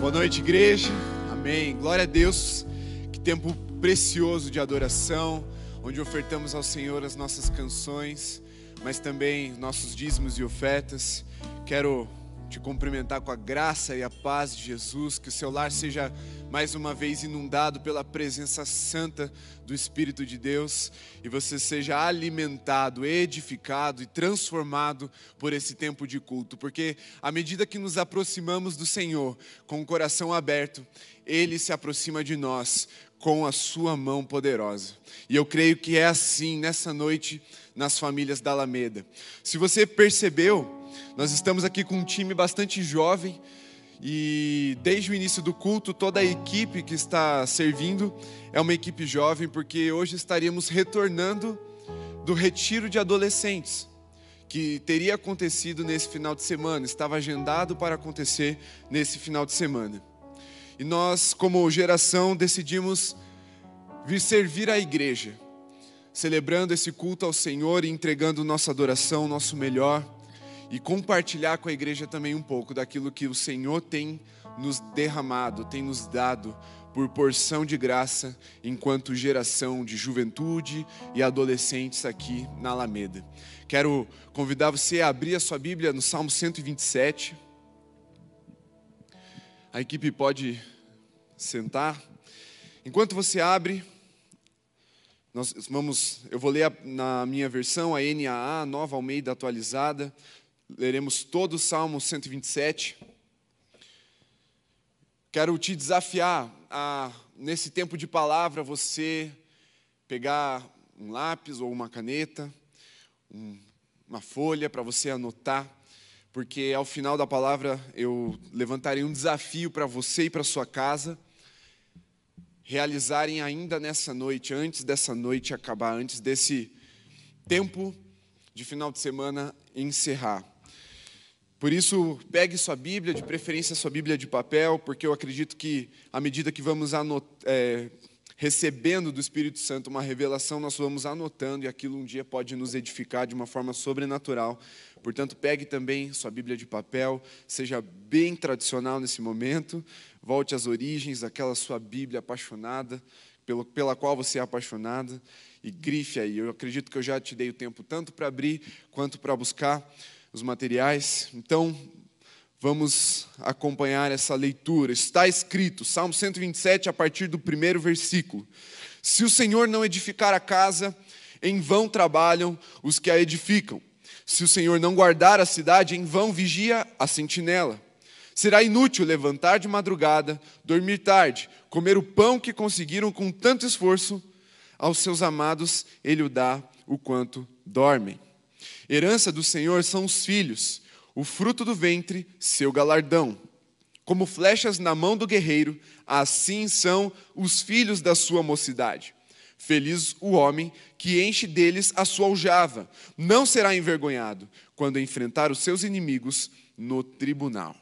Boa noite, igreja. Amém. Glória a Deus. Que tempo precioso de adoração, onde ofertamos ao Senhor as nossas canções, mas também nossos dízimos e ofertas. Quero te cumprimentar com a graça e a paz de Jesus, que o seu lar seja mais uma vez inundado pela presença santa do Espírito de Deus e você seja alimentado, edificado e transformado por esse tempo de culto, porque à medida que nos aproximamos do Senhor com o coração aberto, Ele se aproxima de nós com a sua mão poderosa. E eu creio que é assim nessa noite nas famílias da Alameda. Se você percebeu, nós estamos aqui com um time bastante jovem e desde o início do culto toda a equipe que está servindo é uma equipe jovem, porque hoje estaríamos retornando do retiro de adolescentes que teria acontecido nesse final de semana, estava agendado para acontecer nesse final de semana. E nós, como geração, decidimos vir servir a igreja, celebrando esse culto ao Senhor e entregando nossa adoração, nosso melhor, e compartilhar com a igreja também um pouco daquilo que o Senhor tem nos derramado, tem nos dado por porção de graça, enquanto geração de juventude e adolescentes aqui na Alameda. Quero convidar você a abrir a sua Bíblia no Salmo 127. A equipe pode sentar. Enquanto você abre, eu vou ler na minha versão, a NAA, Nova Almeida Atualizada. Leremos todo o Salmo 127. Quero te desafiar a, nesse tempo de palavra, você pegar um lápis ou uma caneta, uma folha para você anotar, porque ao final da palavra eu levantarei um desafio para você e para sua casa, realizarem ainda nessa noite, antes dessa noite acabar, antes desse tempo de final de semana encerrar. Por isso, pegue sua Bíblia, de preferência sua Bíblia de papel, porque eu acredito que à medida que vamos recebendo do Espírito Santo uma revelação, nós vamos anotando e aquilo um dia pode nos edificar de uma forma sobrenatural. Portanto, pegue também sua Bíblia de papel, seja bem tradicional nesse momento, volte às origens daquela sua Bíblia apaixonada, pela qual você é apaixonada, e grife aí. Eu acredito que eu já te dei o tempo tanto para abrir quanto para buscar os materiais. Então, vamos acompanhar essa leitura. Está escrito, Salmo 127, a partir do primeiro versículo: se o Senhor não edificar a casa, em vão trabalham os que a edificam. Se o Senhor não guardar a cidade, em vão vigia a sentinela. Será inútil levantar de madrugada, dormir tarde, comer o pão que conseguiram com tanto esforço. Aos seus amados ele o dá o quanto dormem. Herança do Senhor são os filhos, o fruto do ventre, seu galardão. Como flechas na mão do guerreiro, assim são os filhos da sua mocidade. Feliz o homem que enche deles a sua aljava, não será envergonhado quando enfrentar os seus inimigos no tribunal.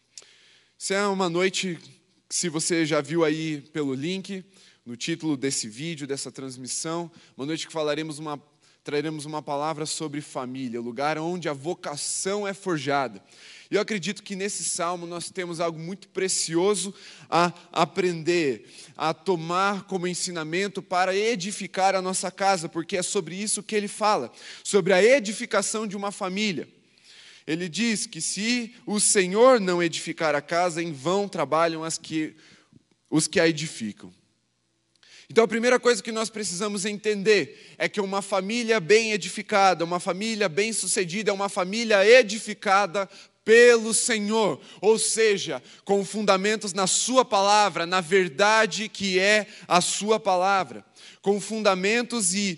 Essa é uma noite, se você já viu aí pelo link, no título desse vídeo, dessa transmissão, uma noite que traremos uma palavra sobre família, o lugar onde a vocação é forjada. E eu acredito que nesse salmo nós temos algo muito precioso a aprender, a tomar como ensinamento para edificar a nossa casa, porque é sobre isso que ele fala, sobre a edificação de uma família. Ele diz que se o Senhor não edificar a casa, em vão trabalham os que a edificam. Então a primeira coisa que nós precisamos entender é que uma família bem edificada, uma família bem sucedida, é uma família edificada pelo Senhor, ou seja, com fundamentos na sua palavra, na verdade que é a sua palavra, com fundamentos e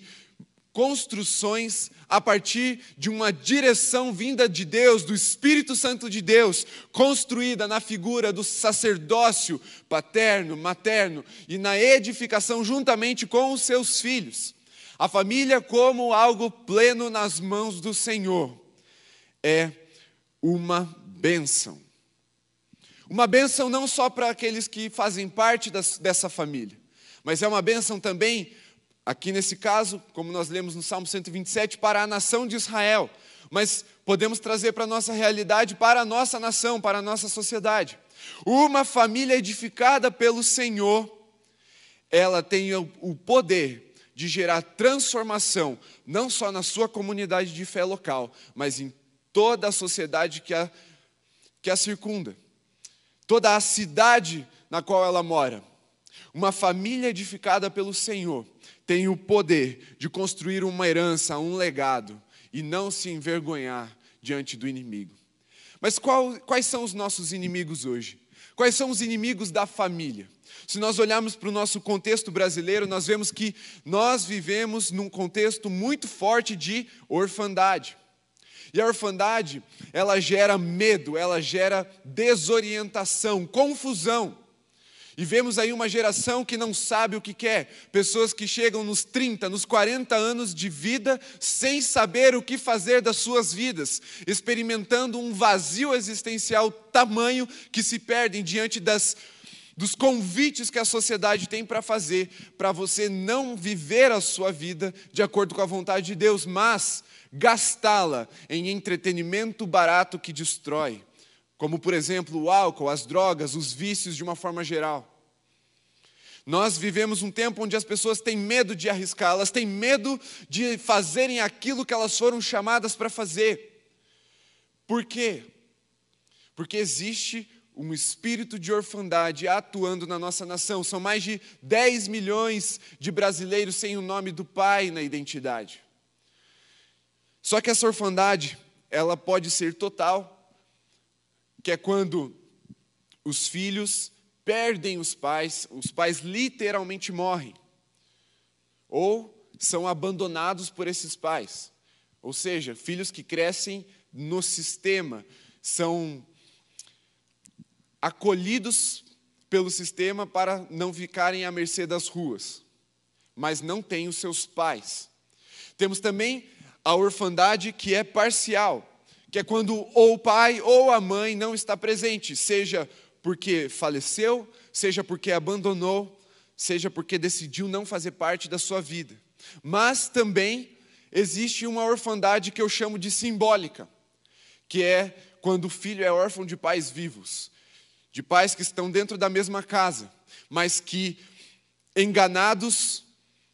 construções a partir de uma direção vinda de Deus, do Espírito Santo de Deus, construída na figura do sacerdócio paterno, materno e na edificação juntamente com os seus filhos. A família como algo pleno nas mãos do Senhor é uma bênção. Uma bênção não só para aqueles que fazem parte dessa família, mas é uma bênção também, aqui nesse caso, como nós lemos no Salmo 127, para a nação de Israel. Mas podemos trazer para a nossa realidade, para a nossa nação, para a nossa sociedade. Uma família edificada pelo Senhor, ela tem o poder de gerar transformação, não só na sua comunidade de fé local, mas em toda a sociedade que a circunda, toda a cidade na qual ela mora. Uma família edificada pelo Senhor tem o poder de construir uma herança, um legado, e não se envergonhar diante do inimigo. Mas quais são os nossos inimigos hoje? Quais são os inimigos da família? Se nós olharmos para o nosso contexto brasileiro, nós vemos que nós vivemos num contexto muito forte de orfandade. E a orfandade, ela gera medo, ela gera desorientação, confusão. E vemos aí uma geração que não sabe o que quer. Pessoas que chegam nos 30, nos 40 anos de vida, sem saber o que fazer das suas vidas, experimentando um vazio existencial tamanho que se perdem diante dos convites que a sociedade tem para fazer, para você não viver a sua vida de acordo com a vontade de Deus, mas gastá-la em entretenimento barato que destrói. Como, por exemplo, o álcool, as drogas, os vícios de uma forma geral. Nós vivemos um tempo onde as pessoas têm medo de arriscar, elas têm medo de fazerem aquilo que elas foram chamadas para fazer. Por quê? Porque existe um espírito de orfandade atuando na nossa nação. São mais de 10 milhões de brasileiros sem o nome do pai na identidade. Só que essa orfandade, ela pode ser total, que é quando os filhos perdem os pais literalmente morrem, ou são abandonados por esses pais. Ou seja, filhos que crescem no sistema, são acolhidos pelo sistema para não ficarem à mercê das ruas, mas não têm os seus pais. Temos também a orfandade que é parcial, que é quando ou o pai ou a mãe não está presente, seja porque faleceu, seja porque abandonou, seja porque decidiu não fazer parte da sua vida. Mas também existe uma orfandade que eu chamo de simbólica, que é quando o filho é órfão de pais vivos, de pais que estão dentro da mesma casa, mas que, enganados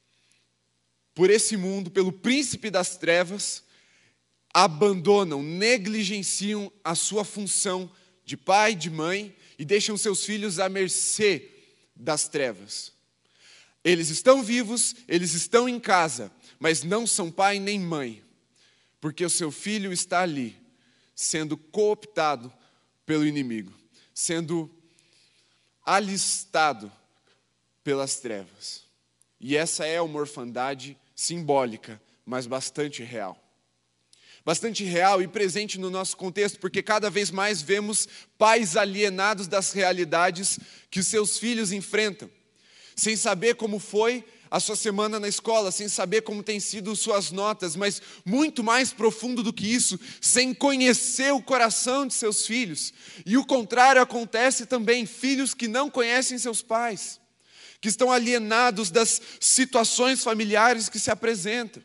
por esse mundo, pelo príncipe das trevas, abandonam, negligenciam a sua função de pai, de mãe, e deixam seus filhos à mercê das trevas. Eles estão vivos, eles estão em casa, mas não são pai nem mãe, porque o seu filho está ali, sendo cooptado pelo inimigo, sendo alistado pelas trevas. E essa é uma orfandade simbólica, mas bastante real. Bastante real e presente no nosso contexto, porque cada vez mais vemos pais alienados das realidades que os seus filhos enfrentam, sem saber como foi a sua semana na escola, sem saber como têm sido suas notas, mas muito mais profundo do que isso, sem conhecer o coração de seus filhos. E o contrário acontece também, filhos que não conhecem seus pais, que estão alienados das situações familiares que se apresentam.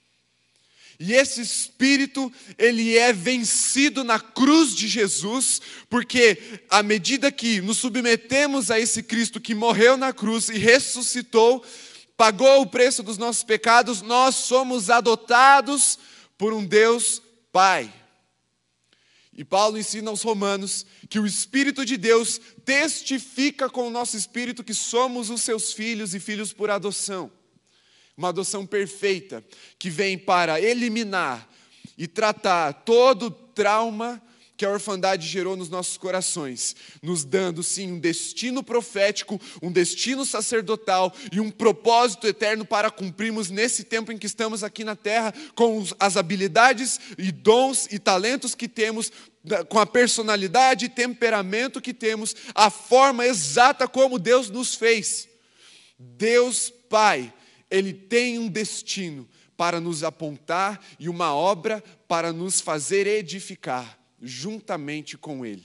E esse espírito, ele é vencido na cruz de Jesus, porque à medida que nos submetemos a esse Cristo que morreu na cruz e ressuscitou, pagou o preço dos nossos pecados, nós somos adotados por um Deus Pai. E Paulo ensina aos Romanos que o Espírito de Deus testifica com o nosso espírito que somos os seus filhos e filhos por adoção. Uma adoção perfeita, que vem para eliminar e tratar todo o trauma que a orfandade gerou nos nossos corações, nos dando, sim, um destino profético, um destino sacerdotal e um propósito eterno para cumprirmos nesse tempo em que estamos aqui na terra, com as habilidades e dons e talentos que temos, com a personalidade e temperamento que temos, a forma exata como Deus nos fez. Deus Pai, Ele tem um destino para nos apontar e uma obra para nos fazer edificar juntamente com Ele.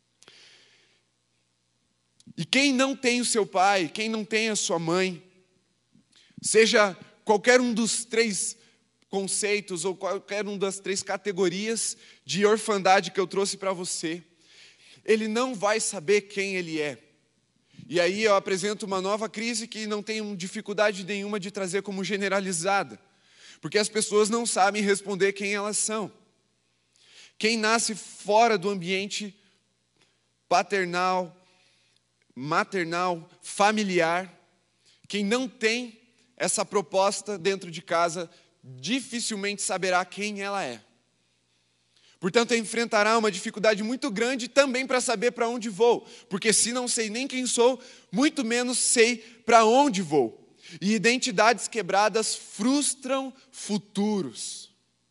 E quem não tem o seu pai, quem não tem a sua mãe, seja qualquer um dos 3 conceitos ou qualquer uma das 3 categorias de orfandade que eu trouxe para você, ele não vai saber quem ele é. E aí eu apresento uma nova crise que não tenho dificuldade nenhuma de trazer como generalizada, porque as pessoas não sabem responder quem elas são. Quem nasce fora do ambiente paternal, maternal, familiar, quem não tem essa proposta dentro de casa, dificilmente saberá quem ela é. Portanto, enfrentará uma dificuldade muito grande também para saber para onde vou, porque se não sei nem quem sou, muito menos sei para onde vou. E identidades quebradas frustram futuros.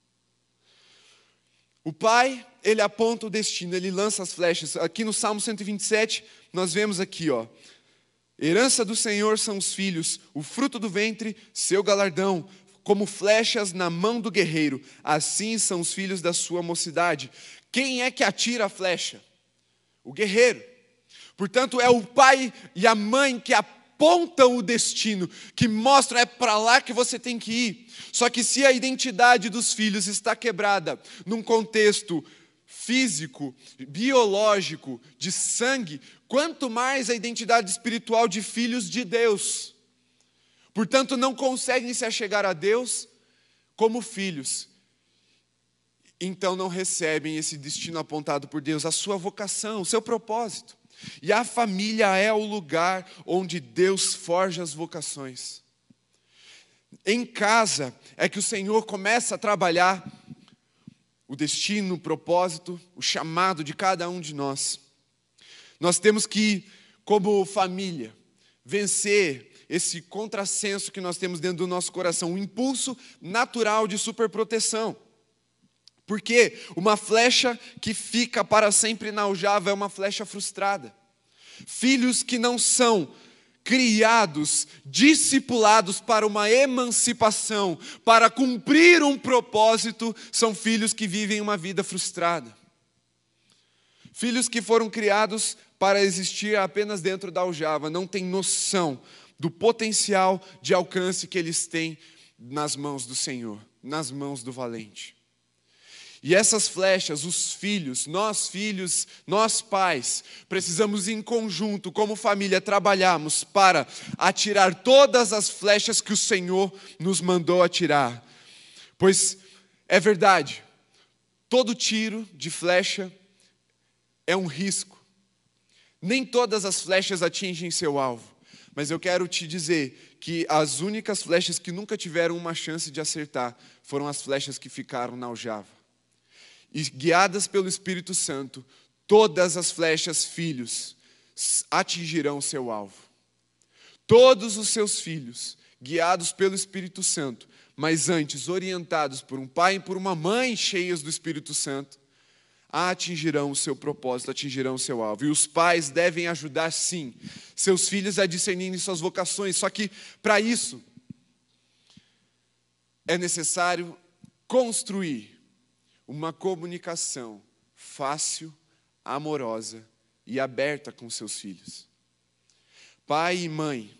O pai, ele aponta o destino, ele lança as flechas. Aqui no Salmo 127, nós vemos aqui, herança do Senhor são os filhos, o fruto do ventre, seu galardão, como flechas na mão do guerreiro, assim são os filhos da sua mocidade. Quem é que atira a flecha? O guerreiro. Portanto, é o pai e a mãe que apontam o destino, que mostram, é para lá que você tem que ir. Só que se a identidade dos filhos está quebrada num contexto físico, biológico, de sangue, quanto mais a identidade espiritual de filhos de Deus. Portanto, não conseguem se achegar a Deus como filhos. Então não recebem esse destino apontado por Deus, a sua vocação, o seu propósito. E a família é o lugar onde Deus forja as vocações. Em casa é que o Senhor começa a trabalhar o destino, o propósito, o chamado de cada um de nós. Nós temos que, como família, vencer esse contrassenso que nós temos dentro do nosso coração, um impulso natural de superproteção. Porque uma flecha que fica para sempre na aljava é uma flecha frustrada. Filhos que não são criados, discipulados para uma emancipação, para cumprir um propósito, são filhos que vivem uma vida frustrada. Filhos que foram criados para existir apenas dentro da aljava, não têm noção do potencial de alcance que eles têm nas mãos do Senhor, nas mãos do valente. E essas flechas, os filhos, nós pais, precisamos em conjunto, como família, trabalharmos para atirar todas as flechas que o Senhor nos mandou atirar. Pois é verdade, todo tiro de flecha é um risco. Nem todas as flechas atingem seu alvo. Mas eu quero te dizer que as únicas flechas que nunca tiveram uma chance de acertar foram as flechas que ficaram na aljava. E guiadas pelo Espírito Santo, todas as flechas, filhos, atingirão seu alvo. Todos os seus filhos, guiados pelo Espírito Santo, mas antes orientados por um pai e por uma mãe cheios do Espírito Santo, atingirão o seu propósito, atingirão o seu alvo. E os pais devem ajudar, sim, seus filhos a discernirem suas vocações. Só que, para isso, é necessário construir uma comunicação fácil, amorosa e aberta com seus filhos. Pai e mãe,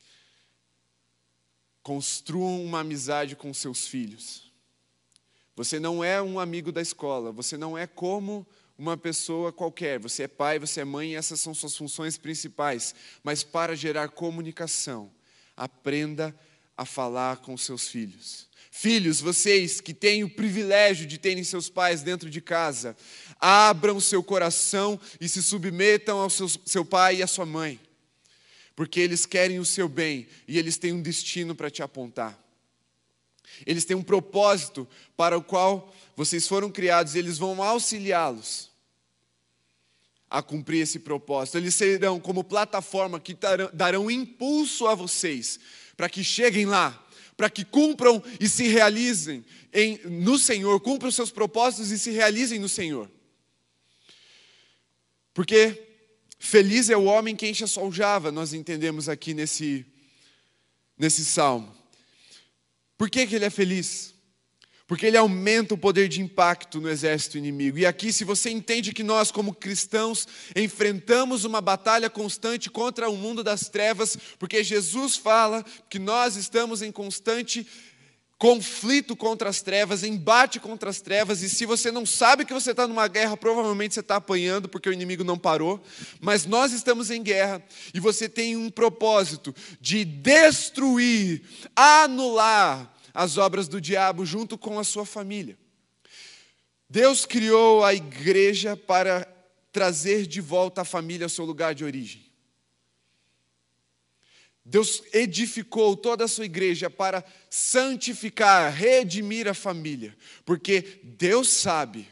construam uma amizade com seus filhos. Você não é um amigo da escola, você não é como uma pessoa qualquer. Você é pai, você é mãe, e essas são suas funções principais. Mas para gerar comunicação, aprenda a falar com seus filhos. Filhos, vocês que têm o privilégio de terem seus pais dentro de casa, abram seu coração e se submetam ao seu pai e à sua mãe. Porque eles querem o seu bem e eles têm um destino para te apontar. Eles têm um propósito para o qual vocês foram criados e eles vão auxiliá-los a cumprir esse propósito. Eles serão como plataforma que darão impulso a vocês para que cheguem lá, para que cumpram e se realizem no Senhor, cumpram seus propósitos e se realizem no Senhor. Porque feliz é o homem que enche a sua aljava, nós entendemos aqui nesse salmo. Por que ele é feliz? Porque ele aumenta o poder de impacto no exército inimigo. E aqui, se você entende que nós, como cristãos, enfrentamos uma batalha constante contra o mundo das trevas, porque Jesus fala que nós estamos em constante conflito contra as trevas, embate contra as trevas, e se você não sabe que você está numa guerra, provavelmente você está apanhando, porque o inimigo não parou, mas nós estamos em guerra, e você tem um propósito de destruir, anular as obras do diabo junto com a sua família. Deus criou a igreja para trazer de volta a família ao seu lugar de origem. Deus edificou toda a sua igreja para santificar, redimir a família, porque Deus sabe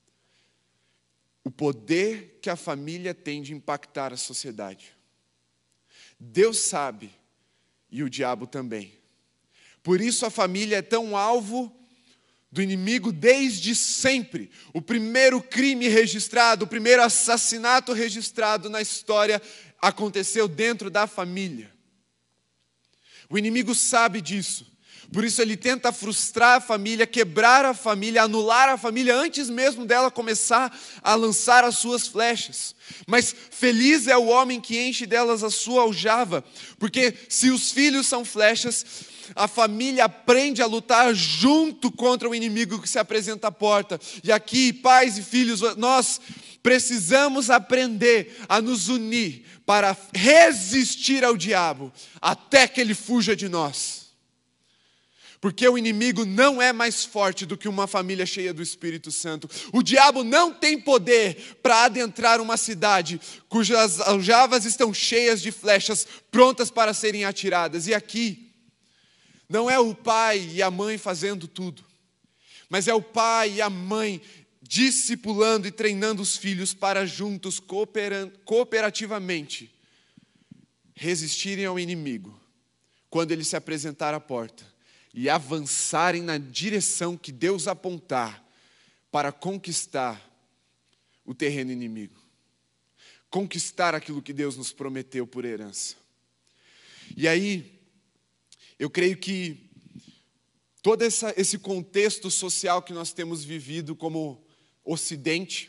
o poder que a família tem de impactar a sociedade. Deus sabe, e o diabo também. Por isso a família é tão alvo do inimigo desde sempre. O primeiro crime registrado, o primeiro assassinato registrado na história aconteceu dentro da família. O inimigo sabe disso, por isso ele tenta frustrar a família, quebrar a família, anular a família antes mesmo dela começar a lançar as suas flechas. Mas feliz é o homem que enche delas a sua aljava, porque se os filhos são flechas, a família aprende a lutar junto contra o inimigo que se apresenta à porta. E aqui, pais e filhos, nós precisamos aprender a nos unir para resistir ao diabo até que ele fuja de nós. Porque o inimigo não é mais forte do que uma família cheia do Espírito Santo. O diabo não tem poder para adentrar uma cidade cujas aljavas estão cheias de flechas prontas para serem atiradas. E aqui, não é o pai e a mãe fazendo tudo, mas é o pai e a mãe discipulando e treinando os filhos para juntos, cooperativamente, resistirem ao inimigo quando ele se apresentar à porta e avançarem na direção que Deus apontar para conquistar o terreno inimigo, conquistar aquilo que Deus nos prometeu por herança. E aí, eu creio que todo esse contexto social que nós temos vivido como Ocidente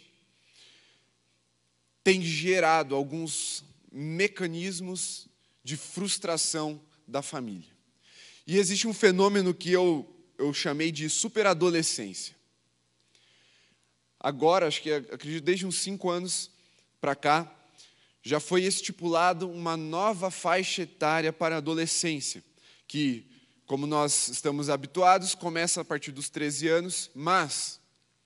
tem gerado alguns mecanismos de frustração da família. E existe um fenômeno que eu chamei de superadolescência. Agora, acredito desde uns 5 anos para cá, já foi estipulado uma nova faixa etária para a adolescência, que, como nós estamos habituados, começa a partir dos 13 anos, mas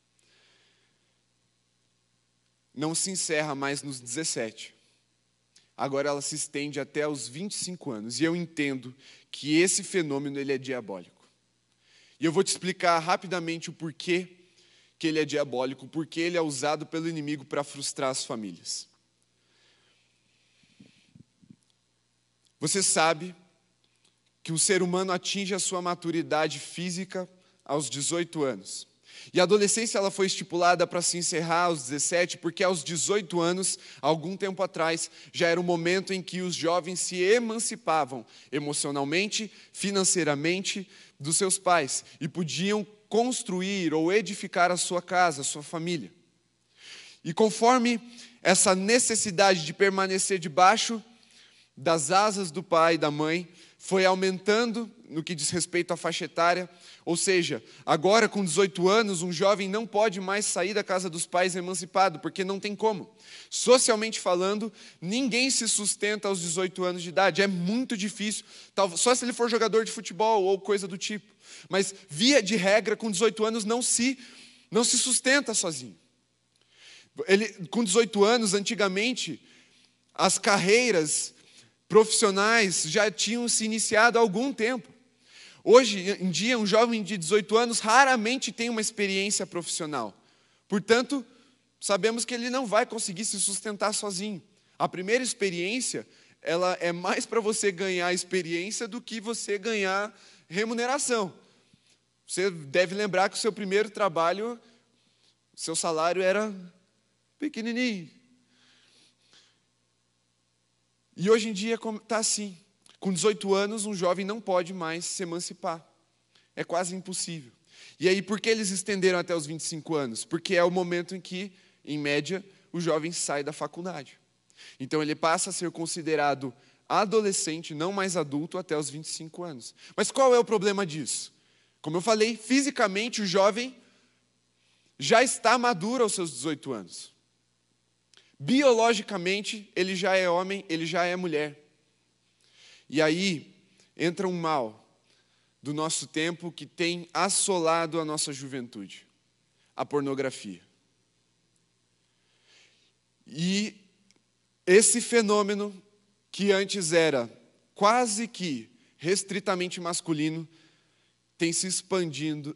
não se encerra mais nos 17. Agora ela se estende até os 25 anos. E eu entendo que esse fenômeno ele é diabólico. E eu vou te explicar rapidamente o porquê que ele é diabólico, porque ele é usado pelo inimigo para frustrar as famílias. Você sabe que o ser humano atinge a sua maturidade física aos 18 anos. E a adolescência ela foi estipulada para se encerrar aos 17, porque aos 18 anos, algum tempo atrás, já era o momento em que os jovens se emancipavam emocionalmente, financeiramente dos seus pais e podiam construir ou edificar a sua casa, a sua família. E conforme essa necessidade de permanecer debaixo das asas do pai e da mãe foi aumentando no que diz respeito à faixa etária, ou seja, agora com 18 anos, um jovem não pode mais sair da casa dos pais emancipado, porque não tem como. Socialmente falando, ninguém se sustenta aos 18 anos de idade, é muito difícil, só se ele for jogador de futebol ou coisa do tipo. Mas, via de regra, com 18 anos não se sustenta sozinho. Com 18 anos, antigamente, as carreiras profissionais já tinham se iniciado há algum tempo. Hoje em dia, um jovem de 18 anos raramente tem uma experiência profissional. Portanto, sabemos que ele não vai conseguir se sustentar sozinho. A primeira experiência, ela é mais para você ganhar experiência do que você ganhar remuneração. Você deve lembrar que o seu primeiro trabalho, seu salário era pequenininho. E hoje em dia está assim. Com 18 anos, um jovem não pode mais se emancipar. É quase impossível. E aí, por que eles estenderam até os 25 anos? Porque é o momento em que, em média, o jovem sai da faculdade. Então, ele passa a ser considerado adolescente, não mais adulto, até os 25 anos. Mas qual é o problema disso? Como eu falei, fisicamente o jovem já está maduro aos seus 18 anos. Biologicamente, ele já é homem, ele já é mulher. E aí entra um mal do nosso tempo que tem assolado a nossa juventude: a pornografia. E esse fenômeno, que antes era quase que restritamente masculino, tem se expandido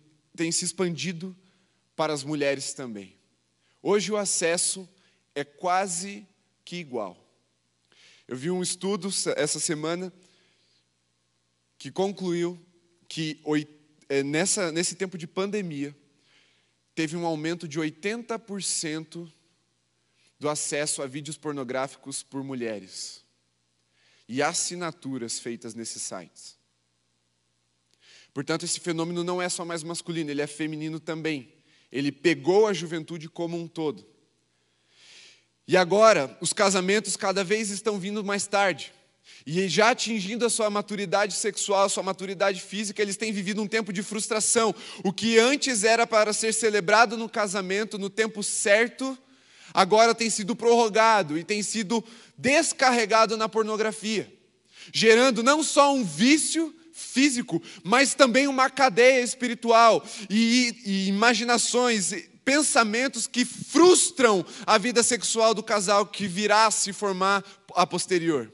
para as mulheres também. Hoje o acesso é quase que igual. Eu vi um estudo essa semana que concluiu que nesse tempo de pandemia teve um aumento de 80% do acesso a vídeos pornográficos por mulheres e assinaturas feitas nesses sites. Portanto, esse fenômeno não é só mais masculino, ele é feminino também. Ele pegou a juventude como um todo. E agora, os casamentos cada vez estão vindo mais tarde. E já atingindo a sua maturidade sexual, a sua maturidade física, eles têm vivido um tempo de frustração. O que antes era para ser celebrado no casamento, no tempo certo, agora tem sido prorrogado e tem sido descarregado na pornografia, gerando não só um vício físico, mas também uma cadeia espiritual e imaginações, pensamentos que frustram a vida sexual do casal que virá a se formar a posterior.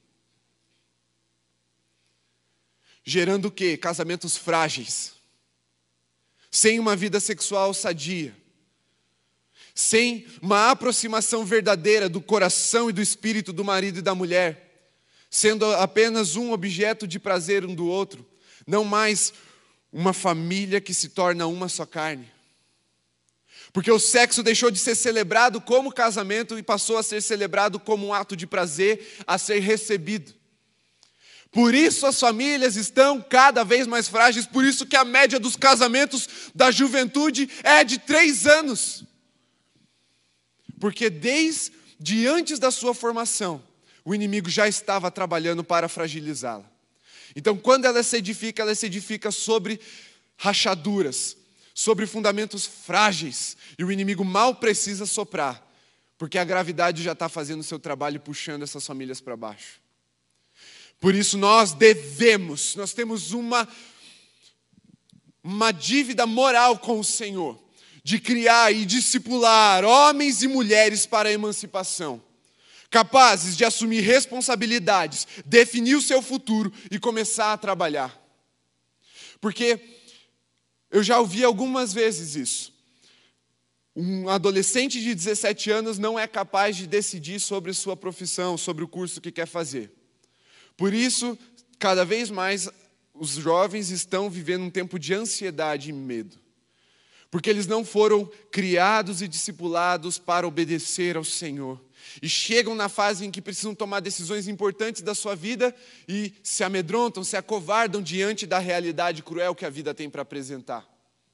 Gerando o quê? Casamentos frágeis, sem uma vida sexual sadia, sem uma aproximação verdadeira do coração e do espírito do marido e da mulher, sendo apenas um objeto de prazer um do outro, não mais uma família que se torna uma só carne. Porque o sexo deixou de ser celebrado como casamento e passou a ser celebrado como um ato de prazer a ser recebido. Por isso as famílias estão cada vez mais frágeis, por isso que a média dos casamentos da juventude é de 3 anos. Porque desde antes da sua formação, o inimigo já estava trabalhando para fragilizá-la. Então, quando ela se edifica sobre rachaduras, sobre fundamentos frágeis, e o inimigo mal precisa soprar, porque a gravidade já está fazendo o seu trabalho, puxando essas famílias para baixo. Por isso nós temos uma dívida moral com o Senhor, de criar e discipular homens e mulheres para a emancipação, capazes de assumir responsabilidades, definir o seu futuro e começar a trabalhar. Porque eu já ouvi algumas vezes isso. Um adolescente de 17 anos não é capaz de decidir sobre sua profissão, sobre o curso que quer fazer. Por isso, cada vez mais, os jovens estão vivendo um tempo de ansiedade e medo. Porque eles não foram criados e discipulados para obedecer ao Senhor. E chegam na fase em que precisam tomar decisões importantes da sua vida e se amedrontam, se acovardam diante da realidade cruel que a vida tem para apresentar.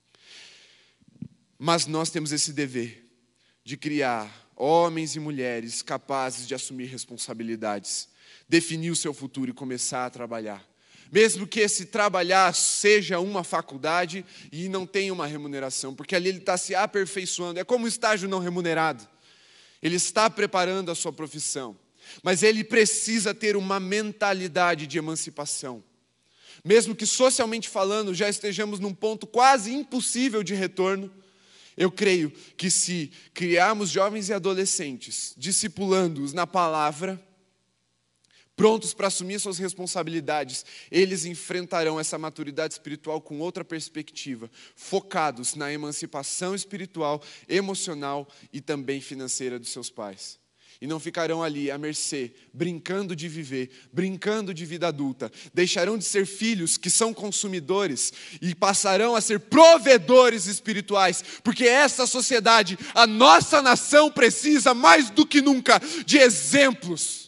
Mas nós temos esse dever de criar homens e mulheres capazes de assumir responsabilidades, definir o seu futuro e começar a trabalhar. Mesmo que esse trabalhar seja uma faculdade e não tenha uma remuneração, porque ali ele está se aperfeiçoando, é como um estágio não remunerado. Ele está preparando a sua profissão, mas ele precisa ter uma mentalidade de emancipação. Mesmo que socialmente falando já estejamos num ponto quase impossível de retorno, eu creio que se criarmos jovens e adolescentes, discipulando-os na palavra, prontos para assumir suas responsabilidades, eles enfrentarão essa maturidade espiritual com outra perspectiva, focados na emancipação espiritual, emocional e também financeira dos seus pais. E não ficarão ali à mercê, brincando de viver, brincando de vida adulta. Deixarão de ser filhos que são consumidores e passarão a ser provedores espirituais. Porque essa sociedade, a nossa nação, precisa mais do que nunca de exemplos.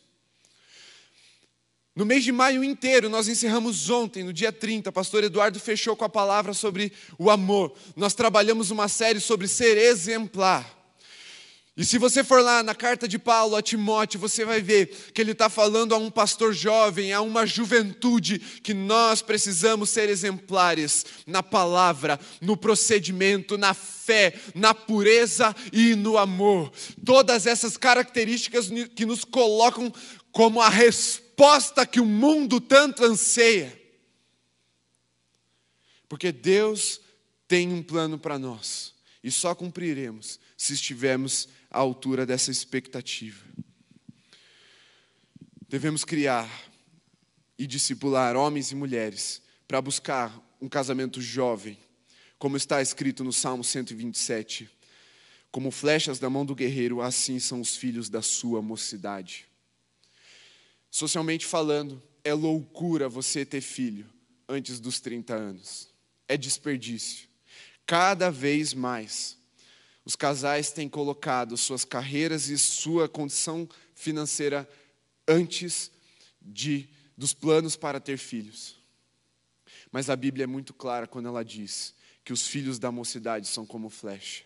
No mês de maio inteiro, nós encerramos ontem, no dia 30, o pastor Eduardo fechou com a palavra sobre o amor. Nós trabalhamos uma série sobre ser exemplar. E se você for lá na carta de Paulo a Timóteo, você vai ver que ele está falando a um pastor jovem, a uma juventude, que nós precisamos ser exemplares na palavra, no procedimento, na fé, na pureza e no amor. Todas essas características que nos colocam como a resposta que o mundo tanto anseia. Porque Deus tem um plano para nós, e só cumpriremos se estivermos à altura dessa expectativa. Devemos criar e discipular homens e mulheres para buscar um casamento jovem, como está escrito no Salmo 127. Como flechas da mão do guerreiro, assim são os filhos da sua mocidade. Socialmente falando, é loucura você ter filho antes dos 30 anos. É desperdício. Cada vez mais, os casais têm colocado suas carreiras e sua condição financeira antes dos planos para ter filhos. Mas a Bíblia é muito clara quando ela diz que os filhos da mocidade são como flecha.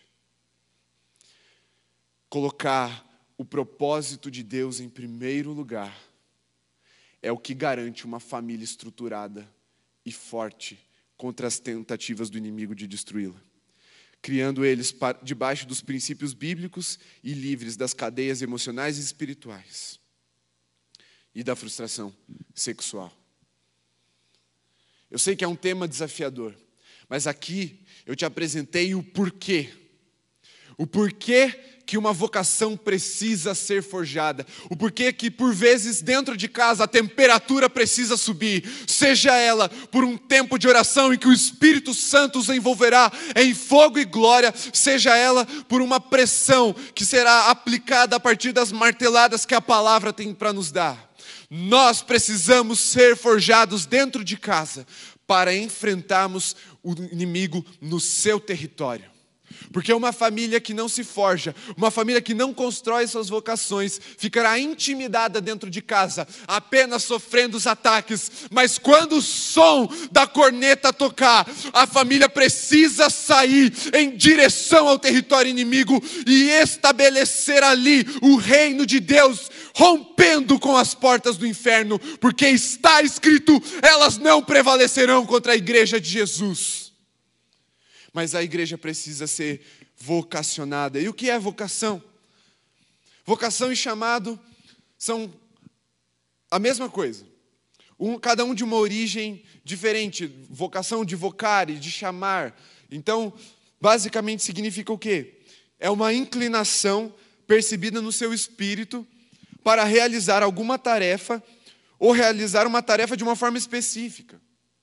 Colocar o propósito de Deus em primeiro lugar é o que garante uma família estruturada e forte contra as tentativas do inimigo de destruí-la, criando eles debaixo dos princípios bíblicos e livres das cadeias emocionais e espirituais e da frustração sexual. Eu sei que é um tema desafiador, mas aqui eu te apresentei o porquê. O porquê que uma vocação precisa ser forjada. O porquê que, por vezes, dentro de casa, a temperatura precisa subir. Seja ela por um tempo de oração em que o Espírito Santo os envolverá em fogo e glória. Seja ela por uma pressão que será aplicada a partir das marteladas que a palavra tem para nos dar. Nós precisamos ser forjados dentro de casa para enfrentarmos o inimigo no seu território. Porque uma família que não se forja, uma família que não constrói suas vocações, ficará intimidada dentro de casa, apenas sofrendo os ataques. Mas quando o som da corneta tocar, a família precisa sair em direção ao território inimigo e estabelecer ali o reino de Deus, rompendo com as portas do inferno, porque está escrito, elas não prevalecerão contra a igreja de Jesus. Mas a igreja precisa ser vocacionada. E o que é vocação? Vocação e chamado são a mesma coisa. Cada um de uma origem diferente. Vocação de vocare, de chamar. Então, basicamente significa o quê? É uma inclinação percebida no seu espírito para realizar alguma tarefa ou realizar uma tarefa de uma forma específica.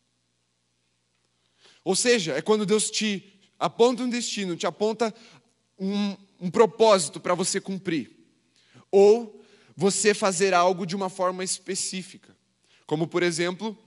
Ou seja, é quando Deus te aponta um destino, te aponta um propósito para você cumprir. Ou você fazer algo de uma forma específica. Como, por exemplo,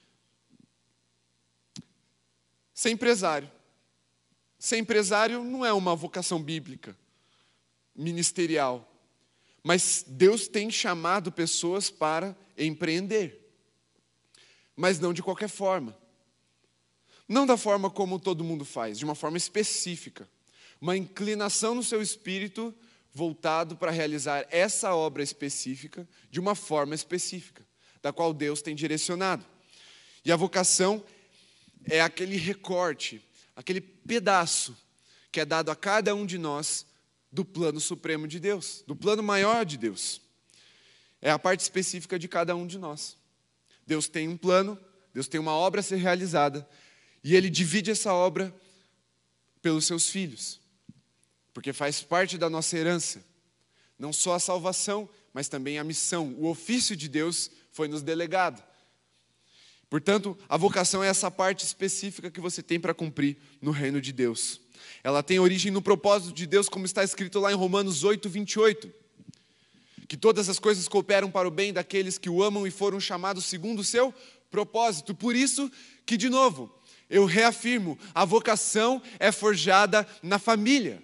ser empresário. Ser empresário não é uma vocação bíblica, ministerial. Mas Deus tem chamado pessoas para empreender. Mas não de qualquer forma. Não da forma como todo mundo faz, de uma forma específica. Uma inclinação no seu espírito voltado para realizar essa obra específica de uma forma específica, da qual Deus tem direcionado. E a vocação é aquele recorte, aquele pedaço que é dado a cada um de nós do plano supremo de Deus, do plano maior de Deus. É a parte específica de cada um de nós. Deus tem um plano, Deus tem uma obra a ser realizada, e Ele divide essa obra pelos seus filhos, porque faz parte da nossa herança. Não só a salvação, mas também a missão. O ofício de Deus foi nos delegado. Portanto, a vocação é essa parte específica que você tem para cumprir no reino de Deus. Ela tem origem no propósito de Deus, como está escrito lá em Romanos 8, 28. Que todas as coisas cooperam para o bem daqueles que o amam e foram chamados segundo o seu propósito. Por isso que, de novo, eu reafirmo, a vocação é forjada na família.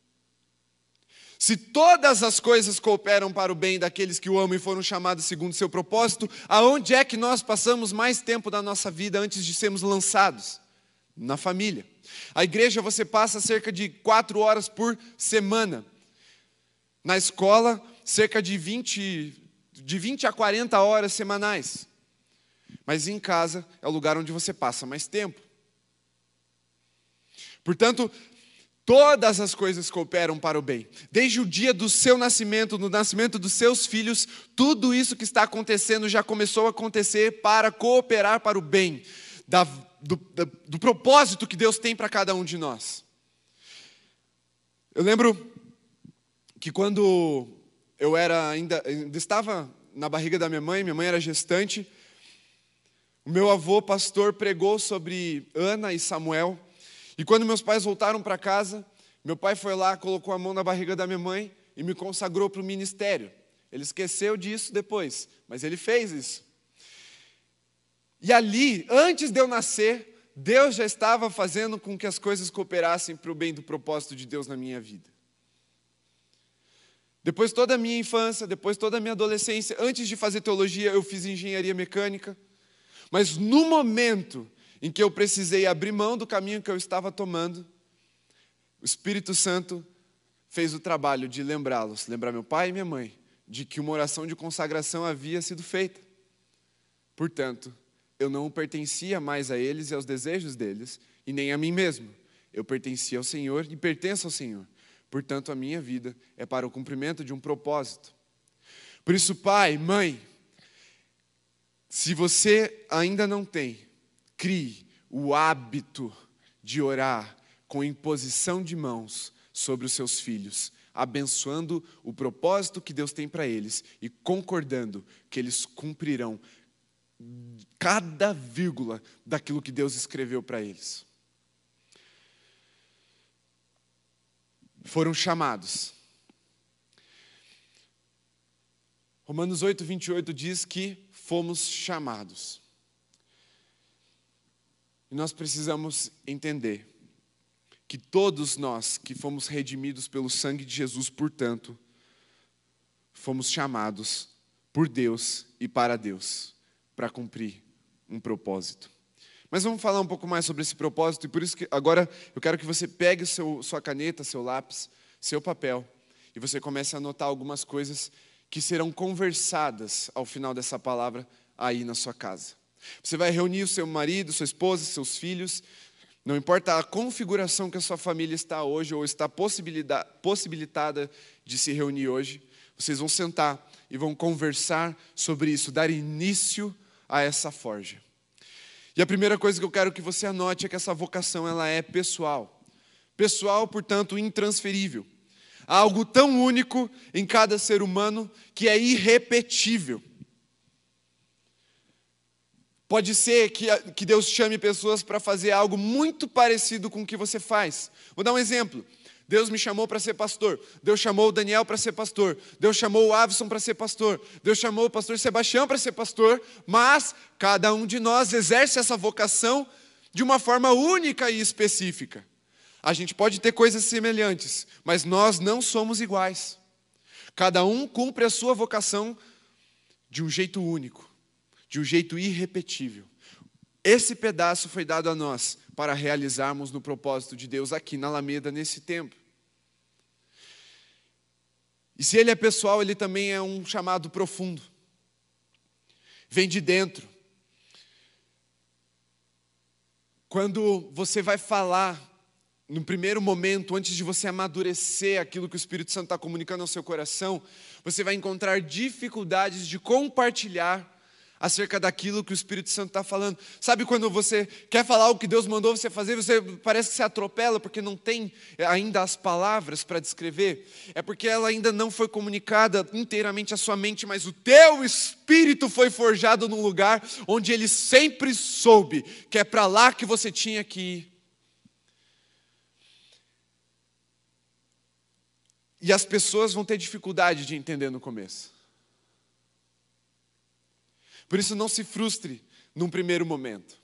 Se todas as coisas cooperam para o bem daqueles que o amam e foram chamados segundo o seu propósito, aonde é que nós passamos mais tempo da nossa vida antes de sermos lançados? Na família. A igreja você passa cerca de 4 horas por semana. Na escola, cerca de 20 a 40 horas semanais. Mas em casa é o lugar onde você passa mais tempo. Portanto, todas as coisas cooperam para o bem. Desde o dia do seu nascimento, no nascimento dos seus filhos, tudo isso que está acontecendo já começou a acontecer para cooperar para o bem, do propósito que Deus tem para cada um de nós. Eu lembro que quando eu ainda estava na barriga da minha mãe era gestante, o meu avô pastor pregou sobre Ana e Samuel. E quando meus pais voltaram para casa, meu pai foi lá, colocou a mão na barriga da minha mãe e me consagrou para o ministério. Ele esqueceu disso depois, mas ele fez isso. E ali, antes de eu nascer, Deus já estava fazendo com que as coisas cooperassem para o bem do propósito de Deus na minha vida. Depois toda a minha infância, depois toda a minha adolescência, antes de fazer teologia, eu fiz engenharia mecânica. Mas no momento em que eu precisei abrir mão do caminho que eu estava tomando, o Espírito Santo fez o trabalho de lembrar meu pai e minha mãe, de que uma oração de consagração havia sido feita. Portanto, eu não pertencia mais a eles e aos desejos deles, e nem a mim mesmo. Eu pertencia ao Senhor e pertenço ao Senhor. Portanto, a minha vida é para o cumprimento de um propósito. Por isso, pai, mãe, se você ainda não tem, crie o hábito de orar com imposição de mãos sobre os seus filhos, abençoando o propósito que Deus tem para eles e concordando que eles cumprirão cada vírgula daquilo que Deus escreveu para eles. Foram chamados. Romanos 8:28 diz que fomos chamados. E nós precisamos entender que todos nós que fomos redimidos pelo sangue de Jesus, portanto, fomos chamados por Deus e para Deus, para cumprir um propósito. Mas vamos falar um pouco mais sobre esse propósito, e por isso que agora eu quero que você pegue sua caneta, seu lápis, seu papel, e você comece a anotar algumas coisas que serão conversadas ao final dessa palavra aí na sua casa. Você vai reunir o seu marido, sua esposa, seus filhos, não importa a configuração que a sua família está hoje ou está possibilitada de se reunir hoje, vocês vão sentar e vão conversar sobre isso, dar início a essa forja. E a primeira coisa que eu quero que você anote é que essa vocação ela é pessoal. Pessoal, portanto, intransferível. Há algo tão único em cada ser humano que é irrepetível. Pode ser que Deus chame pessoas para fazer algo muito parecido com o que você faz. Vou dar um exemplo. Deus me chamou para ser pastor. Deus chamou o Daniel para ser pastor. Deus chamou o Avison para ser pastor. Deus chamou o pastor Sebastião para ser pastor. Mas cada um de nós exerce essa vocação de uma forma única e específica. A gente pode ter coisas semelhantes, mas nós não somos iguais. Cada um cumpre a sua vocação de um jeito único, de um jeito irrepetível. Esse pedaço foi dado a nós para realizarmos no propósito de Deus aqui na Alameda nesse tempo. E se ele é pessoal, ele também é um chamado profundo. Vem de dentro. Quando você vai falar, no primeiro momento, antes de você amadurecer aquilo que o Espírito Santo está comunicando ao seu coração, você vai encontrar dificuldades de compartilhar acerca daquilo que o Espírito Santo está falando. Sabe quando você quer falar o que Deus mandou você fazer, você parece que se atropela porque não tem ainda as palavras para descrever? É porque ela ainda não foi comunicada inteiramente à sua mente, mas o teu espírito foi forjado num lugar onde ele sempre soube que é para lá que você tinha que ir. E as pessoas vão ter dificuldade de entender no começo. Por isso, não se frustre num primeiro momento.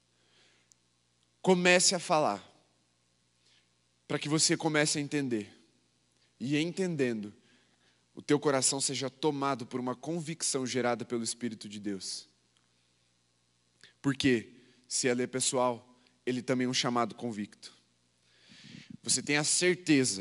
Comece a falar, para que você comece a entender. E entendendo, o teu coração seja tomado por uma convicção gerada pelo Espírito de Deus. Porque, se ela é pessoal, ele também é um chamado convicto. Você tem a certeza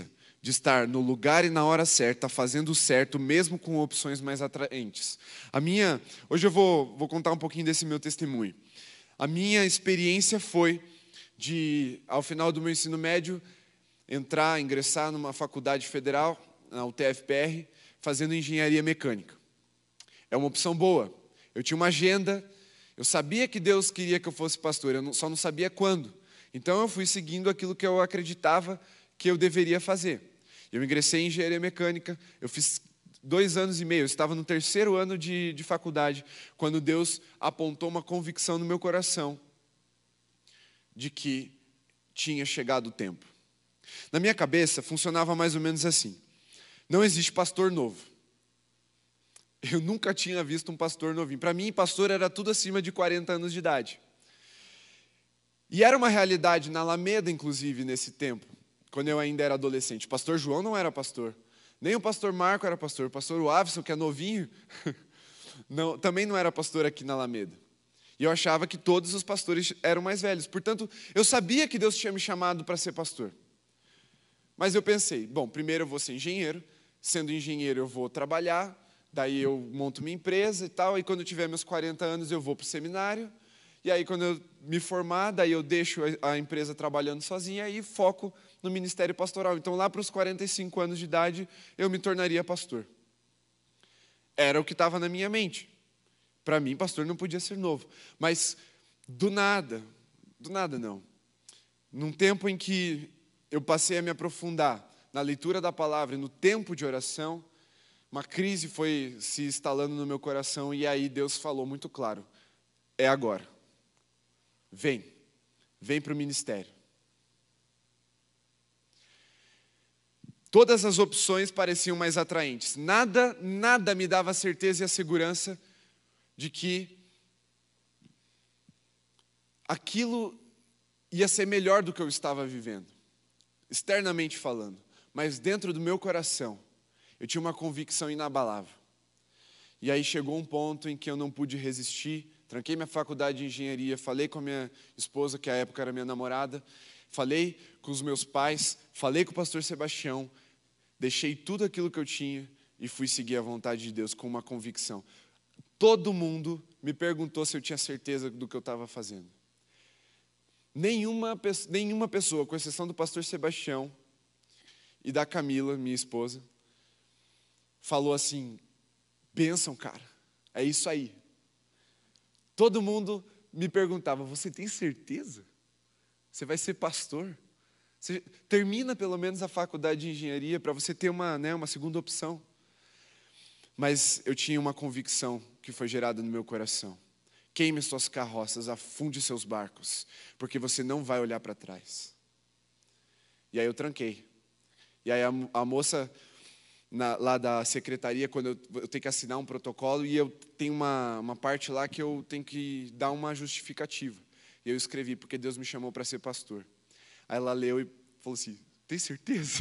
de estar no lugar e na hora certa, fazendo o certo, mesmo com opções mais atraentes. Hoje eu vou contar um pouquinho desse meu testemunho. A minha experiência foi de, ao final do meu ensino médio, ingressar numa faculdade federal, na UTFPR, fazendo engenharia mecânica. É uma opção boa. Eu tinha uma agenda, eu sabia que Deus queria que eu fosse pastor, só não sabia quando. Então eu fui seguindo aquilo que eu acreditava que eu deveria fazer. Eu ingressei em engenharia mecânica, eu fiz 2 anos e meio, eu estava no 3º ano de faculdade, quando Deus apontou uma convicção no meu coração de que tinha chegado o tempo. Na minha cabeça, funcionava mais ou menos assim: não existe pastor novo. Eu nunca tinha visto um pastor novinho. Para mim, pastor era tudo acima de 40 anos de idade. E era uma realidade na Alameda, inclusive, nesse tempo, quando eu ainda era adolescente. O pastor João não era pastor. Nem o pastor Marco era pastor. O pastor Wavson, que é novinho, também não era pastor aqui na Alameda. E eu achava que todos os pastores eram mais velhos. Portanto, eu sabia que Deus tinha me chamado para ser pastor. Mas eu pensei, bom, primeiro eu vou ser engenheiro. Sendo engenheiro, eu vou trabalhar. Daí eu monto minha empresa e tal. E quando eu tiver meus 40 anos, eu vou para o seminário. E aí, quando eu me formar, daí eu deixo a empresa trabalhando sozinha e foco no ministério pastoral. Então, lá para os 45 anos de idade, eu me tornaria pastor. Era o que estava na minha mente. Para mim, pastor não podia ser novo. Mas, do nada não. Num tempo em que eu passei a me aprofundar na leitura da palavra e no tempo de oração, uma crise foi se instalando no meu coração e aí Deus falou muito claro: é agora. Vem para o ministério. Todas as opções pareciam mais atraentes. Nada me dava a certeza e a segurança de que aquilo ia ser melhor do que eu estava vivendo, externamente falando. Mas dentro do meu coração, eu tinha uma convicção inabalável. E aí chegou um ponto em que eu não pude resistir. Tranquei minha faculdade de engenharia, falei com a minha esposa, que à época era minha namorada, falei com os meus pais, falei com o pastor Sebastião, deixei tudo aquilo que eu tinha e fui seguir a vontade de Deus com uma convicção. Todo mundo me perguntou se eu tinha certeza do que eu estava fazendo. Nenhuma pessoa, com exceção do pastor Sebastião e da Camila, minha esposa, falou assim: bênção, cara, é isso aí. Todo mundo me perguntava: você tem certeza? Você vai ser pastor? Você termina pelo menos a faculdade de engenharia para você ter uma segunda opção. Mas eu tinha uma convicção que foi gerada no meu coração: queime suas carroças, afunde seus barcos, porque você não vai olhar para trás. E aí eu tranquei. E aí a moça lá da secretaria, quando eu tenho que assinar um protocolo, e eu tenho uma parte lá que eu tenho que dar uma justificativa. E eu escrevi: porque Deus me chamou para ser pastor. Aí ela leu e falou assim: tem certeza?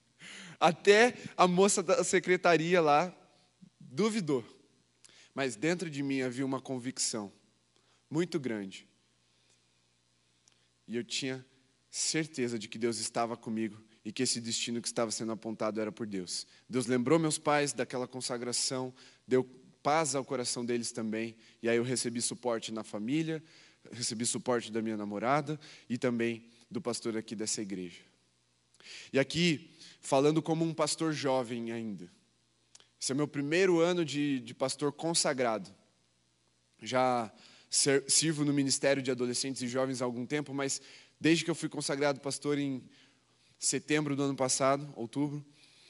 Até a moça da secretaria lá duvidou. Mas dentro de mim havia uma convicção muito grande. E eu tinha certeza de que Deus estava comigo e que esse destino que estava sendo apontado era por Deus. Deus lembrou meus pais daquela consagração, deu paz ao coração deles também, e aí eu recebi suporte na família, recebi suporte da minha namorada e também do pastor aqui dessa igreja. E aqui, falando como um pastor jovem ainda, esse é o meu primeiro ano de pastor consagrado. Já sirvo no Ministério de Adolescentes e Jovens há algum tempo, mas desde que eu fui consagrado pastor em setembro do ano passado, outubro,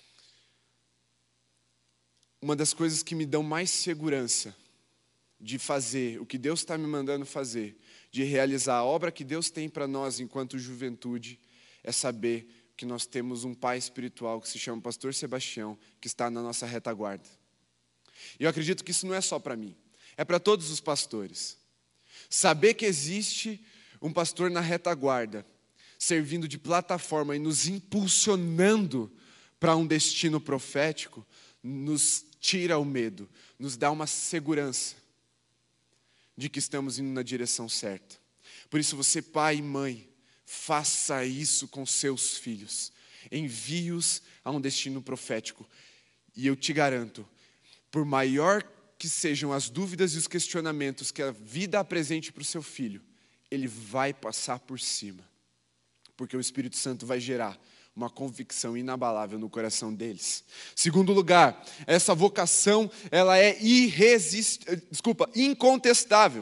uma das coisas que me dão mais segurança de fazer o que Deus está me mandando fazer, de realizar a obra que Deus tem para nós enquanto juventude, é saber que nós temos um pai espiritual que se chama Pastor Sebastião, que está na nossa retaguarda. E eu acredito que isso não é só para mim, é para todos os pastores. Saber que existe um pastor na retaguarda, servindo de plataforma e nos impulsionando para um destino profético, nos tira o medo, nos dá uma segurança de que estamos indo na direção certa. Por isso, você, pai e mãe, faça isso com seus filhos. Envie-os a um destino profético. E eu te garanto, por maior que sejam as dúvidas e os questionamentos que a vida apresente para o seu filho, ele vai passar por cima. Porque o Espírito Santo vai gerar uma convicção inabalável no coração deles. Segundo lugar, essa vocação, ela é incontestável.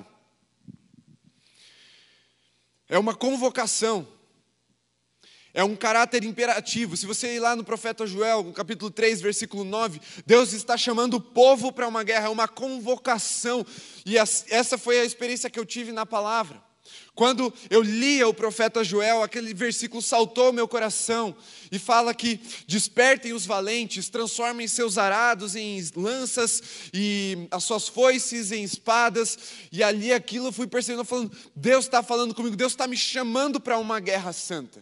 É uma convocação. É um caráter imperativo. Se você ir lá no profeta Joel, no capítulo 3, versículo 9, Deus está chamando o povo para uma guerra, é uma convocação. E essa foi a experiência que eu tive na palavra. Quando eu lia o profeta Joel, aquele versículo saltou ao meu coração e fala que despertem os valentes, transformem seus arados em lanças e as suas foices em espadas. E ali aquilo eu fui percebendo, falando, Deus está falando comigo, Deus está me chamando para uma guerra santa.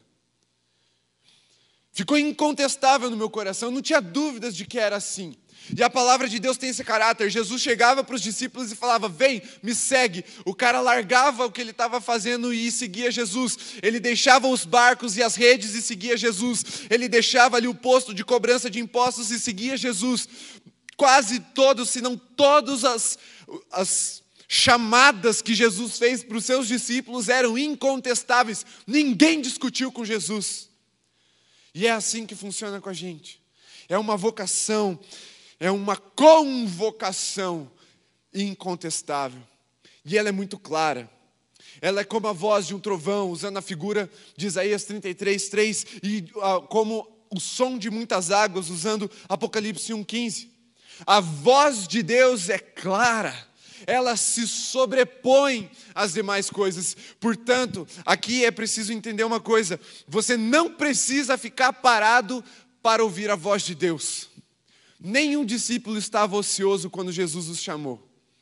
Ficou incontestável no meu coração, eu não tinha dúvidas de que era assim. E a palavra de Deus tem esse caráter. Jesus chegava para os discípulos e falava, vem, me segue. O cara largava o que ele estava fazendo e seguia Jesus. Ele deixava os barcos e as redes e seguia Jesus. Ele deixava ali o posto de cobrança de impostos e seguia Jesus. Quase todos, se não todas as chamadas que Jesus fez para os seus discípulos eram incontestáveis. Ninguém discutiu com Jesus. E é assim que funciona com a gente. É uma vocação, é uma convocação incontestável. E ela é muito clara. Ela é como a voz de um trovão, usando a figura de Isaías 33:3, e como o som de muitas águas, usando Apocalipse 1:15. A voz de Deus é clara. Ela se sobrepõe às demais coisas. Portanto, aqui é preciso entender uma coisa. Você não precisa ficar parado para ouvir a voz de Deus. Nenhum discípulo estava ocioso quando Jesus os chamou.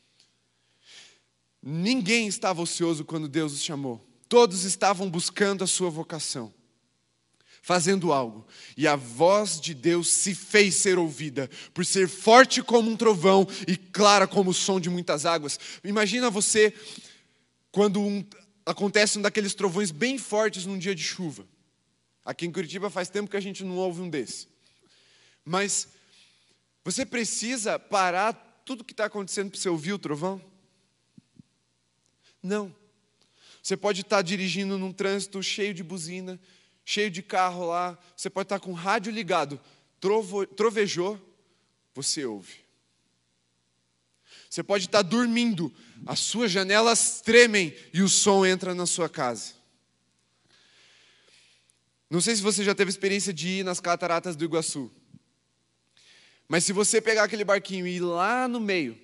Ninguém estava ocioso quando Deus os chamou. Todos estavam buscando a sua vocação, fazendo algo. E a voz de Deus se fez ser ouvida, por ser forte como um trovão e clara como o som de muitas águas. Imagina você, quando acontece um daqueles trovões bem fortes num dia de chuva. Aqui em Curitiba faz tempo que a gente não ouve um desse. Mas você precisa parar tudo o que está acontecendo para você ouvir o trovão? Não. Você pode estar dirigindo num trânsito cheio de buzina, cheio de carro lá, você pode estar com o rádio ligado, trovejou, você ouve. Você pode estar dormindo, as suas janelas tremem e o som entra na sua casa. Não sei se você já teve experiência de ir nas cataratas do Iguaçu, mas se você pegar aquele barquinho e ir lá no meio,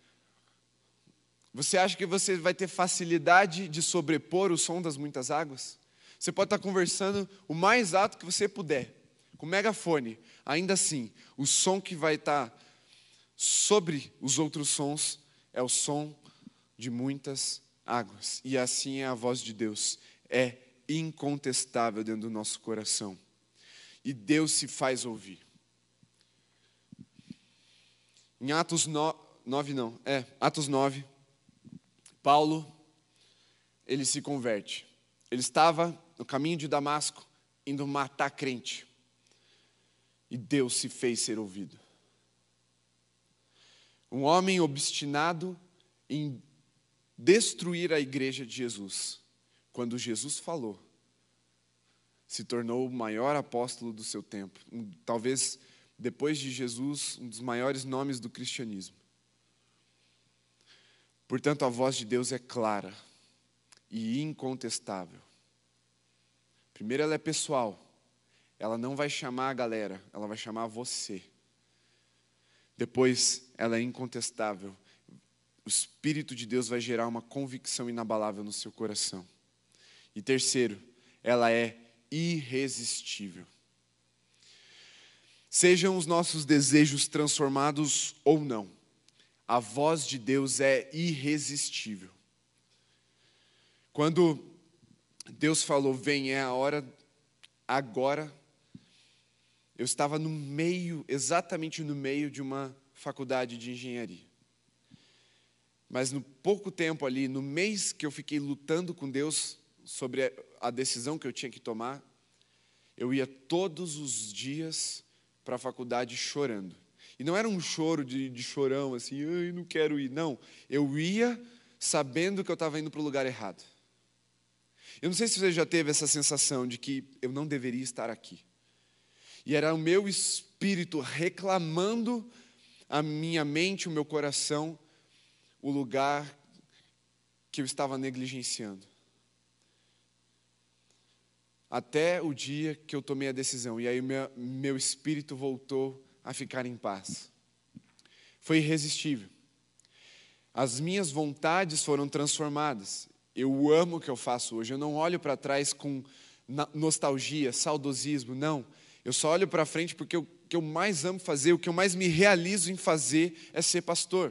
você acha que você vai ter facilidade de sobrepor o som das muitas águas? Você pode estar conversando o mais alto que você puder, com megafone. Ainda assim, o som que vai estar sobre os outros sons é o som de muitas águas. E assim é a voz de Deus. É incontestável dentro do nosso coração. E Deus se faz ouvir. Em Atos 9, Paulo, ele se converte. Ele estava no caminho de Damasco, indo matar crente. E Deus se fez ser ouvido. Um homem obstinado em destruir a igreja de Jesus. Quando Jesus falou, se tornou o maior apóstolo do seu tempo. Talvez, depois de Jesus, um dos maiores nomes do cristianismo. Portanto, a voz de Deus é clara e incontestável. Primeiro, ela é pessoal. Ela não vai chamar a galera, ela vai chamar você. Depois, ela é incontestável. O Espírito de Deus vai gerar uma convicção inabalável no seu coração. E terceiro, ela é irresistível. Sejam os nossos desejos transformados ou não, a voz de Deus é irresistível. Quando Deus falou, vem, é a hora, agora, eu estava exatamente no meio de uma faculdade de engenharia. Mas no pouco tempo ali, no mês que eu fiquei lutando com Deus sobre a decisão que eu tinha que tomar, eu ia todos os dias para a faculdade chorando. E não era um choro de chorão, assim, ai, não quero ir. Não, eu ia sabendo que eu estava indo para o lugar errado. Eu não sei se você já teve essa sensação de que eu não deveria estar aqui. E era o meu espírito reclamando a minha mente, o meu coração, o lugar que eu estava negligenciando. Até o dia que eu tomei a decisão. E aí meu espírito voltou a ficar em paz. Foi irresistível. As minhas vontades foram transformadas. Eu amo o que eu faço hoje. Eu não olho para trás com nostalgia, saudosismo, não. Eu só olho para frente porque o que eu mais amo fazer, o que eu mais me realizo em fazer é ser pastor.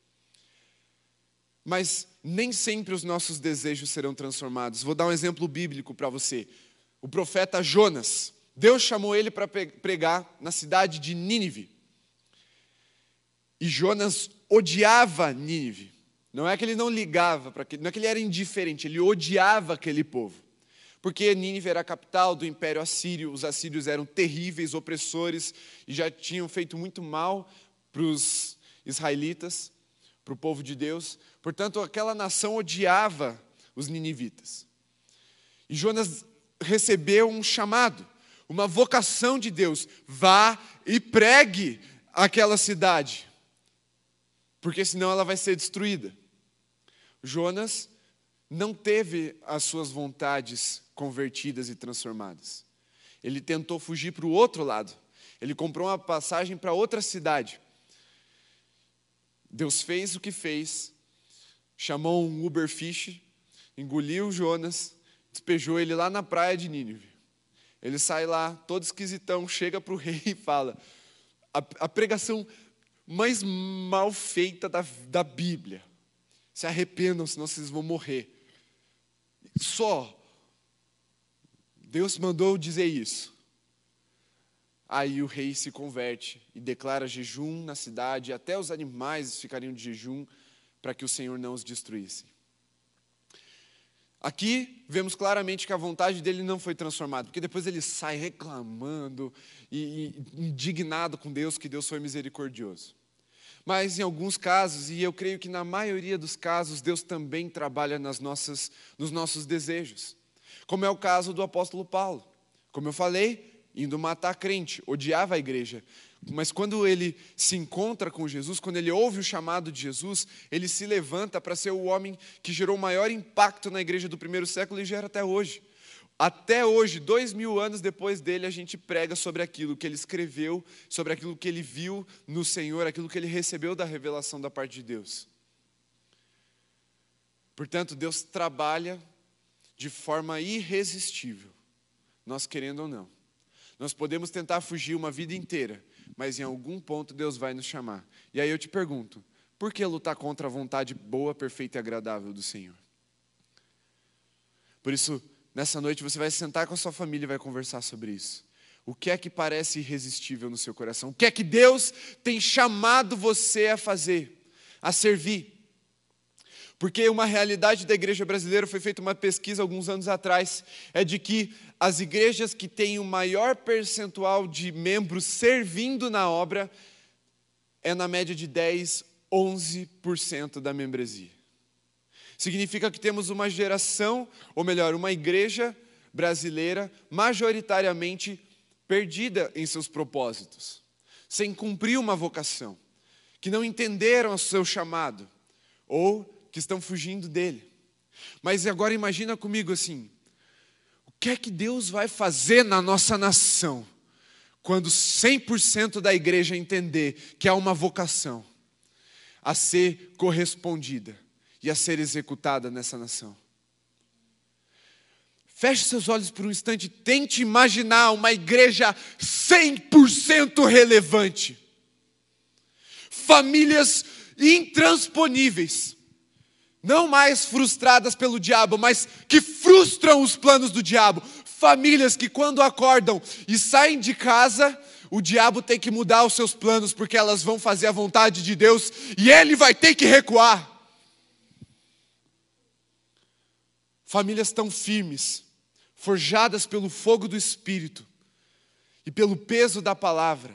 Mas nem sempre os nossos desejos serão transformados. Vou dar um exemplo bíblico para você. O profeta Jonas, Deus chamou ele para pregar na cidade de Nínive. E Jonas odiava Nínive. Não é que ele não ligava, não é que ele era indiferente, ele odiava aquele povo. Porque Nínive era a capital do Império Assírio, os assírios eram terríveis, opressores, e já tinham feito muito mal para os israelitas, para o povo de Deus. Portanto, aquela nação odiava os ninivitas. E Jonas recebeu um chamado, uma vocação de Deus. Vá e pregue aquela cidade, porque senão ela vai ser destruída. Jonas não teve as suas vontades convertidas e transformadas. Ele tentou fugir para o outro lado. Ele comprou uma passagem para outra cidade. Deus fez o que fez, chamou um Uberfish, engoliu Jonas, despejou ele lá na praia de Nínive. Ele sai lá, todo esquisitão, chega para o rei e fala, a pregação mais mal feita da Bíblia. Se arrependam, senão vocês vão morrer. Só Deus mandou dizer isso. Aí o rei se converte e declara jejum na cidade, até os animais ficariam de jejum para que o Senhor não os destruísse. Aqui vemos claramente que a vontade dele não foi transformada, porque depois ele sai reclamando e indignado com Deus, que Deus foi misericordioso. Mas em alguns casos, e eu creio que na maioria dos casos, Deus também trabalha nos nossos desejos. Como é o caso do apóstolo Paulo. Como eu falei, indo matar crente, odiava a igreja. Mas quando ele se encontra com Jesus, quando ele ouve o chamado de Jesus, ele se levanta para ser o homem que gerou o maior impacto na igreja do primeiro século e gera até hoje. Até hoje, 2000 anos depois dele, a gente prega sobre aquilo que ele escreveu, sobre aquilo que ele viu no Senhor, aquilo que ele recebeu da revelação da parte de Deus. Portanto, Deus trabalha de forma irresistível, nós querendo ou não. Nós podemos tentar fugir uma vida inteira, mas em algum ponto Deus vai nos chamar. E aí eu te pergunto, por que lutar contra a vontade boa, perfeita e agradável do Senhor? Por isso, nessa noite você vai sentar com a sua família e vai conversar sobre isso. O que é que parece irresistível no seu coração? O que é que Deus tem chamado você a fazer, a servir? Porque uma realidade da igreja brasileira, foi feita uma pesquisa alguns anos atrás, é de que as igrejas que têm o maior percentual de membros servindo na obra é na média de 10, 11% da membresia. Significa que temos uma geração, ou melhor, uma igreja brasileira majoritariamente perdida em seus propósitos, sem cumprir uma vocação, que não entenderam o seu chamado, ou que estão fugindo dele. Mas agora imagina comigo assim, o que é que Deus vai fazer na nossa nação, quando 100% da igreja entender que há uma vocação a ser correspondida e a ser executada nessa nação? Feche seus olhos por um instante, tente imaginar uma igreja 100% relevante. Famílias intransponíveis, não mais frustradas pelo diabo, mas que frustram os planos do diabo. Famílias que quando acordam e saem de casa, o diabo tem que mudar os seus planos, porque elas vão fazer a vontade de Deus e ele vai ter que recuar. Famílias tão firmes, forjadas pelo fogo do Espírito e pelo peso da palavra,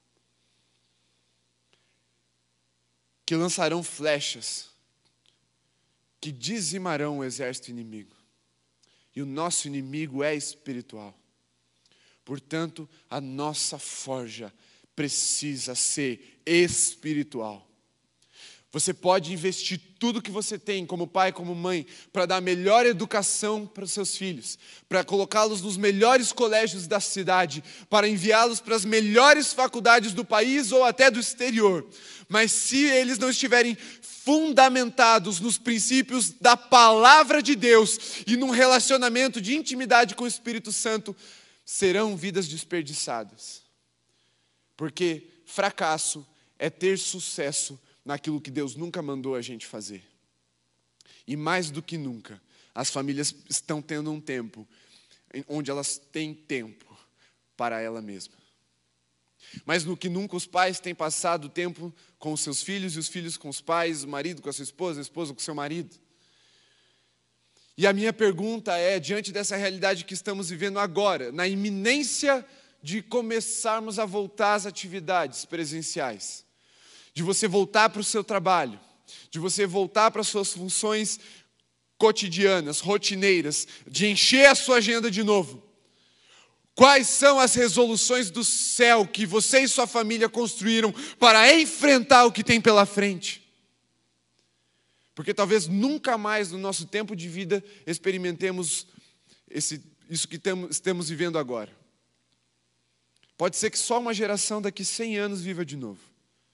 que lançarão flechas, que dizimarão o exército inimigo. E o nosso inimigo é espiritual. Portanto, a nossa forja precisa ser espiritual. Você pode investir tudo que você tem, como pai, como mãe, para dar a melhor educação para os seus filhos, para colocá-los nos melhores colégios da cidade, para enviá-los para as melhores faculdades do país ou até do exterior. Mas se eles não estiverem fundamentados nos princípios da palavra de Deus e num relacionamento de intimidade com o Espírito Santo, serão vidas desperdiçadas. Porque fracasso é ter sucesso naquilo que Deus nunca mandou a gente fazer. E mais do que nunca, as famílias estão tendo um tempo onde elas têm tempo para ela mesma. Mais do que nunca, os pais têm passado tempo com os seus filhos e os filhos com os pais, o marido com a sua esposa, a esposa com o seu marido. E a minha pergunta é, diante dessa realidade que estamos vivendo agora, na iminência de começarmos a voltar às atividades presenciais, de você voltar para o seu trabalho, de você voltar para as suas funções cotidianas, rotineiras, de encher a sua agenda de novo. Quais são as resoluções do céu que você e sua família construíram para enfrentar o que tem pela frente? Porque talvez nunca mais no nosso tempo de vida experimentemos isso que estamos vivendo agora. Pode ser que só uma geração daqui 100 anos viva de novo.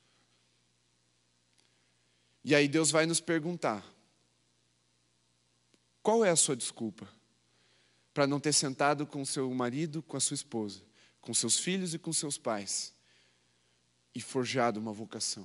E aí Deus vai nos perguntar: qual é a sua desculpa para não ter sentado com seu marido, com a sua esposa, com seus filhos e com seus pais e forjado uma vocação?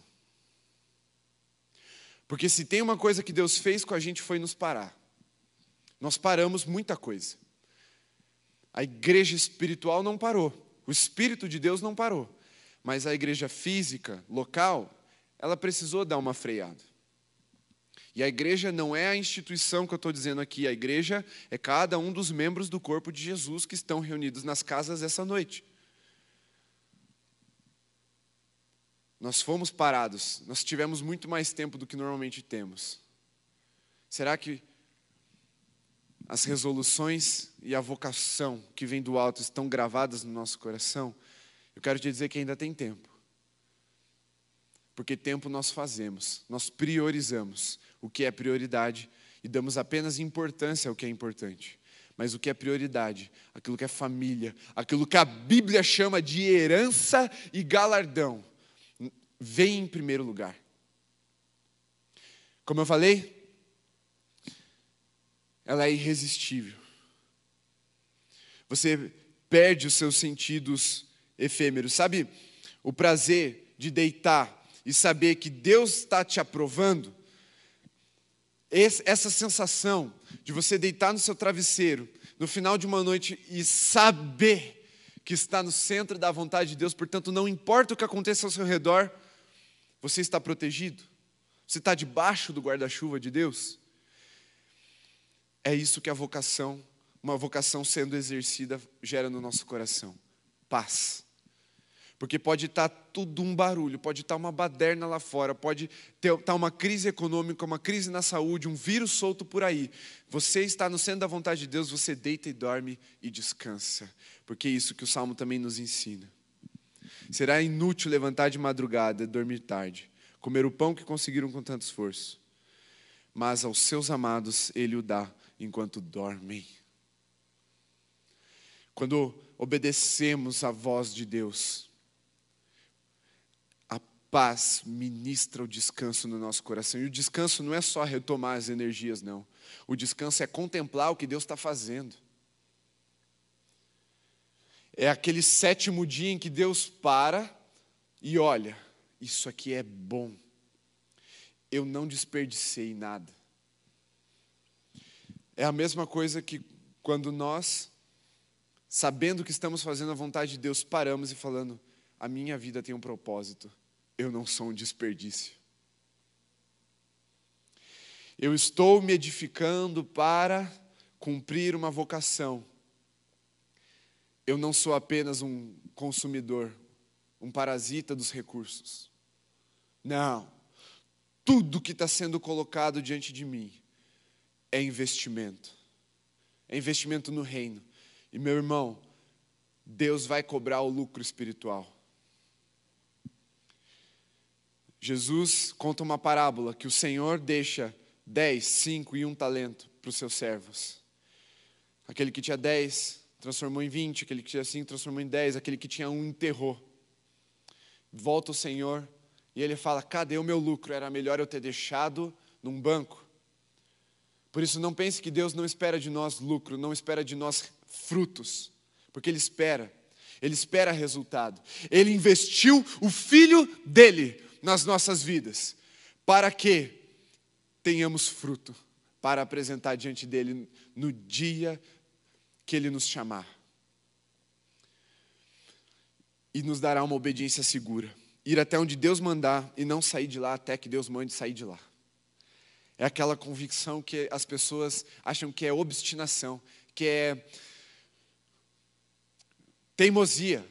Porque se tem uma coisa que Deus fez com a gente foi nos parar. Nós paramos muita coisa. A igreja espiritual não parou, o Espírito de Deus não parou, mas a igreja física, local, ela precisou dar uma freada. E a igreja não é a instituição que eu estou dizendo aqui, a igreja é cada um dos membros do corpo de Jesus que estão reunidos nas casas essa noite. Nós fomos parados, nós tivemos muito mais tempo do que normalmente temos. Será que as resoluções e a vocação que vem do alto estão gravadas no nosso coração? Eu quero te dizer que ainda tem tempo. Porque tempo nós fazemos, nós priorizamos o que é prioridade e damos apenas importância ao que é importante. Mas o que é prioridade, aquilo que é família, aquilo que a Bíblia chama de herança e galardão, vem em primeiro lugar. Como eu falei, ela é irresistível. Você perde os seus sentidos efêmeros. Sabe o prazer de deitar e saber que Deus está te aprovando? Essa sensação de você deitar no seu travesseiro no final de uma noite e saber que está no centro da vontade de Deus, portanto não importa o que aconteça ao seu redor, você está protegido, você está debaixo do guarda-chuva de Deus. É isso que uma vocação sendo exercida, gera no nosso coração: paz. Porque pode estar tudo um barulho, pode estar uma baderna lá fora, pode estar uma crise econômica, uma crise na saúde, um vírus solto por aí. Você está no centro da vontade de Deus, você deita e dorme e descansa. Porque é isso que o Salmo também nos ensina. Será inútil levantar de madrugada, dormir tarde, comer o pão que conseguiram com tanto esforço. Mas aos seus amados Ele o dá enquanto dormem. Quando obedecemos à voz de Deus, paz ministra o descanso no nosso coração. E o descanso não é só retomar as energias, não. O descanso é contemplar o que Deus está fazendo. É aquele 7º dia em que Deus para e olha: isso aqui é bom. Eu não desperdicei nada. É a mesma coisa que quando nós, sabendo que estamos fazendo a vontade de Deus, paramos e falando: a minha vida tem um propósito. Eu não sou um desperdício. Eu estou me edificando para cumprir uma vocação. eu não sou apenas um consumidor, um parasita dos recursos. Não. Tudo que está sendo colocado diante de mim é investimento. É investimento no reino. E, meu irmão, Deus vai cobrar o lucro espiritual. Jesus conta uma parábola que o Senhor deixa 10, 5 e 1 talento para os seus servos. Aquele que tinha 10 transformou em 20, aquele que tinha 5 transformou em 10, aquele que tinha 1 enterrou. Volta o Senhor e ele fala: cadê o meu lucro? Era melhor eu ter deixado num banco. Por isso não pense que Deus não espera de nós lucro, não espera de nós frutos, porque Ele espera resultado. Ele investiu o Filho dele nas nossas vidas, para que tenhamos fruto, para apresentar diante dele no dia que Ele nos chamar. E nos dará uma obediência segura. Ir até onde Deus mandar e não sair de lá até que Deus mande sair de lá. É aquela convicção que as pessoas acham que é obstinação, que é teimosia.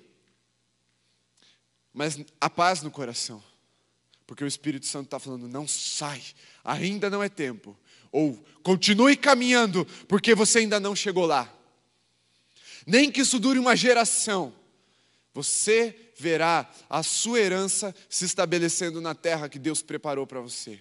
Mas a paz no coração. Porque o Espírito Santo está falando: não sai, ainda não é tempo. Ou continue caminhando, porque você ainda não chegou lá. Nem que isso dure uma geração. Você verá a sua herança se estabelecendo na terra que Deus preparou para você.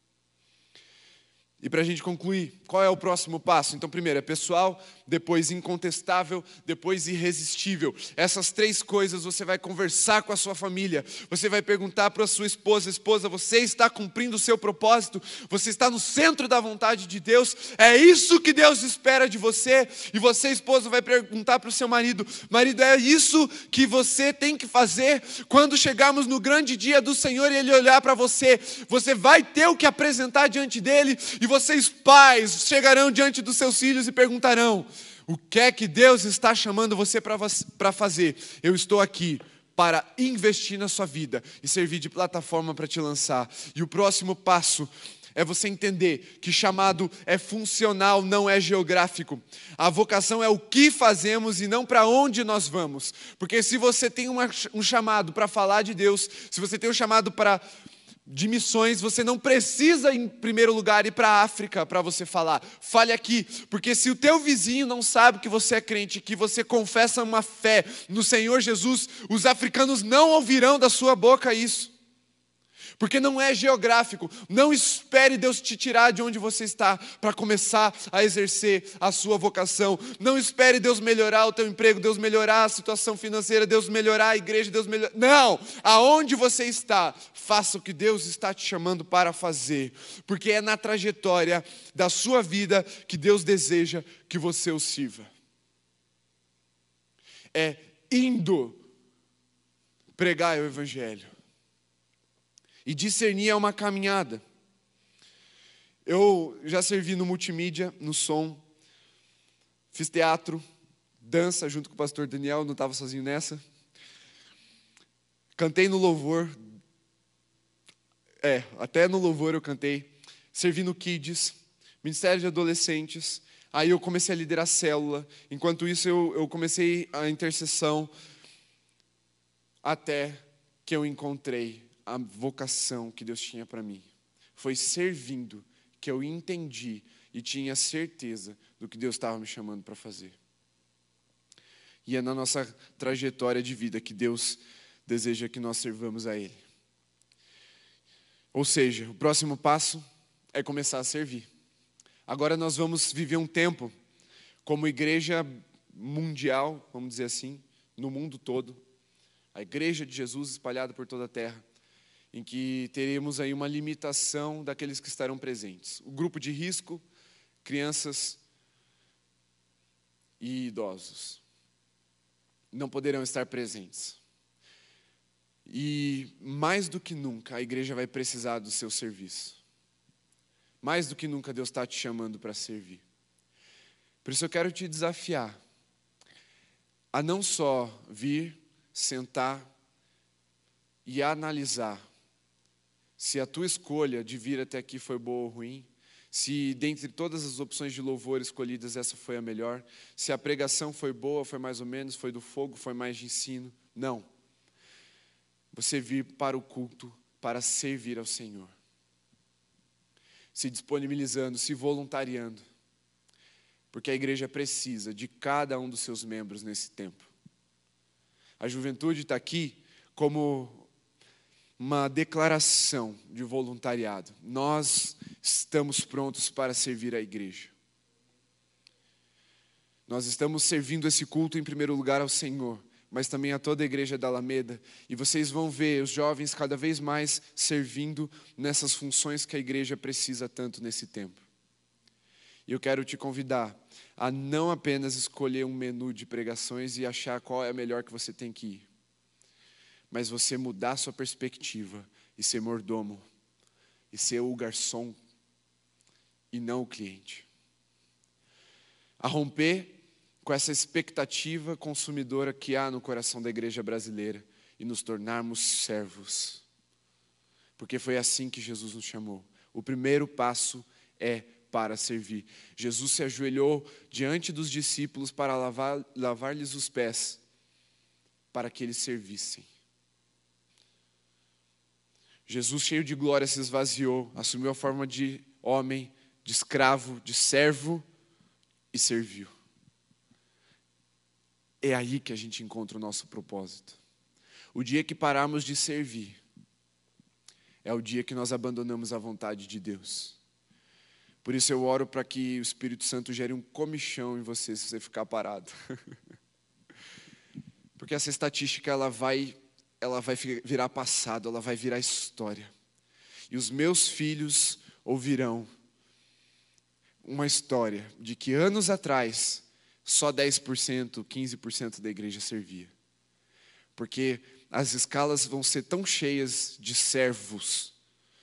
E para a gente concluir, qual é o próximo passo? Então, primeiro é pessoal, depois incontestável, depois irresistível. Essas 3 coisas você vai conversar com a sua família. Você vai perguntar para a sua esposa: esposa, você está cumprindo o seu propósito? Você está no centro da vontade de Deus? É isso que Deus espera de você? E você, esposa, vai perguntar para o seu marido: marido, é isso que você tem que fazer? Quando chegarmos no grande dia do Senhor e Ele olhar para você, você vai ter o que apresentar diante dele. E vocês, pais, chegarão diante dos seus filhos e perguntarão: o que é que Deus está chamando você para fazer? Eu estou aqui para investir na sua vida e servir de plataforma para te lançar. E o próximo passo é você entender que chamado é funcional, não é geográfico. A vocação é o que fazemos e não para onde nós vamos. Porque se você tem um chamado para falar de Deus, se você tem um chamado de missões, você não precisa, em primeiro lugar, ir para a África para você falar. Fale aqui, porque se o teu vizinho não sabe que você é crente, que você confessa uma fé no Senhor Jesus, os africanos não ouvirão da sua boca isso. Porque não é geográfico. Não espere Deus te tirar de onde você está para começar a exercer a sua vocação. Não espere Deus melhorar o teu emprego, Deus melhorar a situação financeira, Deus melhorar a igreja, Deus melhorar... Não! Aonde você está, faça o que Deus está te chamando para fazer. Porque é na trajetória da sua vida que Deus deseja que você o sirva. É indo pregar o Evangelho. E discernir é uma caminhada. Eu já servi no multimídia, no som, fiz teatro, dança junto com o pastor Daniel, não estava sozinho nessa. Cantei no louvor, até no louvor eu cantei. Servi no Kids, Ministério de Adolescentes. Aí eu comecei a liderar a célula. Enquanto isso eu comecei a intercessão até que eu encontrei a vocação que Deus tinha para mim. Foi servindo que eu entendi e tinha certeza do que Deus estava me chamando para fazer. E é na nossa trajetória de vida que Deus deseja que nós servamos a Ele. Ou seja, o próximo passo é começar a servir. Agora nós vamos viver um tempo como igreja mundial, vamos dizer assim, no mundo todo. A igreja de Jesus espalhada por toda a terra, em que teremos aí uma limitação daqueles que estarão presentes. O grupo de risco, crianças e idosos não poderão estar presentes. E mais do que nunca a igreja vai precisar do seu serviço. Mais do que nunca Deus está te chamando para servir. Por isso eu quero te desafiar a não só vir, sentar e analisar se a tua escolha de vir até aqui foi boa ou ruim, se dentre todas as opções de louvor escolhidas essa foi a melhor, se a pregação foi boa, foi mais ou menos, foi do fogo, foi mais de ensino. Não. Você vir para o culto para servir ao Senhor. Se disponibilizando, se voluntariando. Porque a igreja precisa de cada um dos seus membros nesse tempo. A juventude está aqui como uma declaração de voluntariado. Nós estamos prontos para servir a igreja. Nós estamos servindo esse culto em primeiro lugar ao Senhor, mas também a toda a igreja da Alameda. E vocês vão ver os jovens cada vez mais servindo nessas funções que a igreja precisa tanto nesse tempo. E eu quero te convidar a não apenas escolher um menu de pregações e achar qual é a melhor que você tem que ir, mas você mudar sua perspectiva e ser mordomo, e ser o garçom, e não o cliente. A romper com essa expectativa consumidora que há no coração da igreja brasileira e nos tornarmos servos. Porque foi assim que Jesus nos chamou. O primeiro passo é para servir. Jesus se ajoelhou diante dos discípulos para lavar-lhes os pés, para que eles servissem. Jesus, cheio de glória, se esvaziou, assumiu a forma de homem, de escravo, de servo e serviu. É aí que a gente encontra o nosso propósito. O dia que pararmos de servir é o dia que nós abandonamos a vontade de Deus. Por isso eu oro para que o Espírito Santo gere um comichão em você se você ficar parado. Porque essa estatística ela vai virar passado, ela vai virar história. E os meus filhos ouvirão uma história de que anos atrás só 10%, 15% da igreja servia. Porque as escalas vão ser tão cheias de servos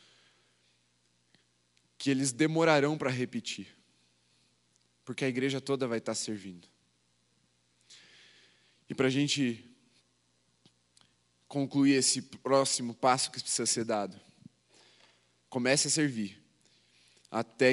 que eles demorarão para repetir. Porque a igreja toda vai estar servindo. E para a gente concluir esse próximo passo que precisa ser dado, comece a servir até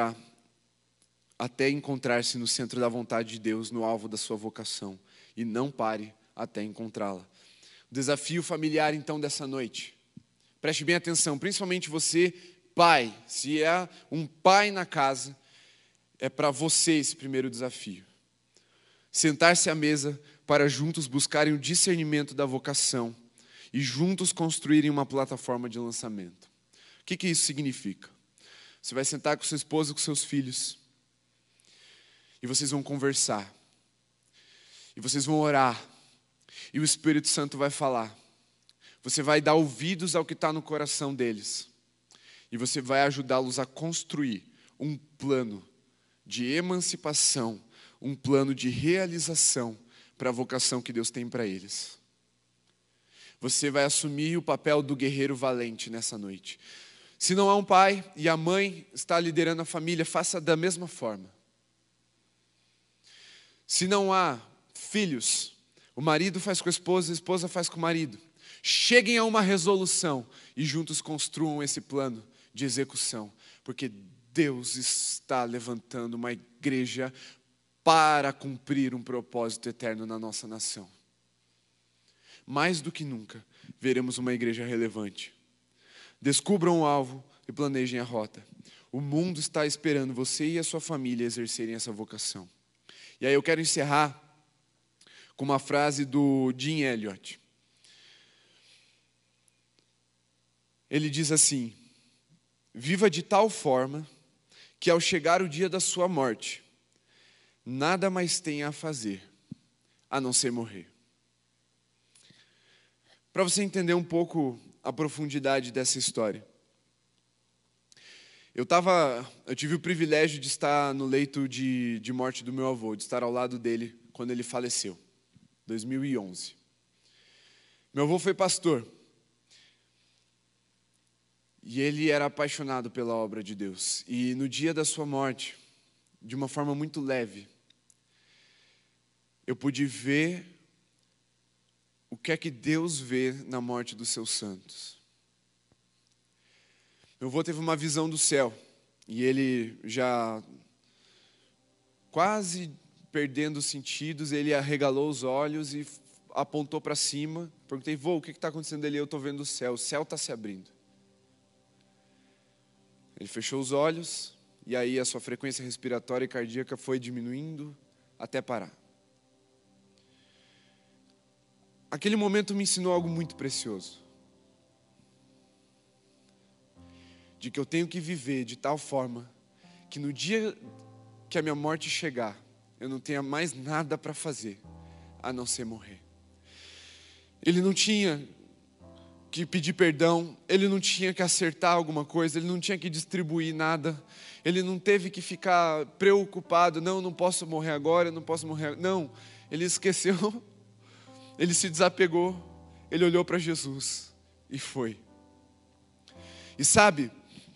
encontrar-se no centro da vontade de Deus, no alvo da sua vocação. E não pare até encontrá-la. O desafio familiar, então, dessa noite. Preste bem atenção, principalmente você, pai. Se é um pai na casa, é para você esse primeiro desafio. Sentar-se à mesa para juntos buscarem o discernimento da vocação e juntos construírem uma plataforma de lançamento. O que isso significa? Você vai sentar com sua esposa, com seus filhos, e vocês vão conversar, e vocês vão orar, e o Espírito Santo vai falar. Você vai dar ouvidos ao que está no coração deles, e você vai ajudá-los a construir um plano de emancipação, um plano de realização para a vocação que Deus tem para eles. Você vai assumir o papel do guerreiro valente nessa noite. Se não há um pai e a mãe está liderando a família, faça da mesma forma. Se não há filhos, o marido faz com a esposa faz com o marido. Cheguem a uma resolução e juntos construam esse plano de execução. Porque Deus está levantando uma igreja para cumprir um propósito eterno na nossa nação. Mais do que nunca, veremos uma igreja relevante. Descubram o alvo e planejem a rota. O mundo está esperando você e a sua família exercerem essa vocação. E aí eu quero encerrar com uma frase do Jim Elliot. Ele diz assim: viva de tal forma que ao chegar o dia da sua morte, nada mais tenha a fazer, a não ser morrer. Para você entender um pouco a profundidade dessa história. Eu tive o privilégio de estar no leito de morte do meu avô, de estar ao lado dele quando ele faleceu, 2011. Meu avô foi pastor. E ele era apaixonado pela obra de Deus. E no dia da sua morte, de uma forma muito leve, eu pude ver o que é que Deus vê na morte dos seus santos. Meu avô teve uma visão do céu. E ele já quase perdendo os sentidos, ele arregalou os olhos e apontou para cima. Perguntei, vô, o que está acontecendo ali? Eu estou vendo o céu está se abrindo. Ele fechou os olhos e aí a sua frequência respiratória e cardíaca foi diminuindo até parar. Aquele momento me ensinou algo muito precioso. De que eu tenho que viver de tal forma que no dia que a minha morte chegar, eu não tenha mais nada para fazer, a não ser morrer. Ele não tinha que pedir perdão, ele não tinha que acertar alguma coisa, ele não tinha que distribuir nada, ele não teve que ficar preocupado, não posso morrer agora, não posso morrer. Não, ele esqueceu, ele se desapegou, ele olhou para Jesus e foi. E sabe,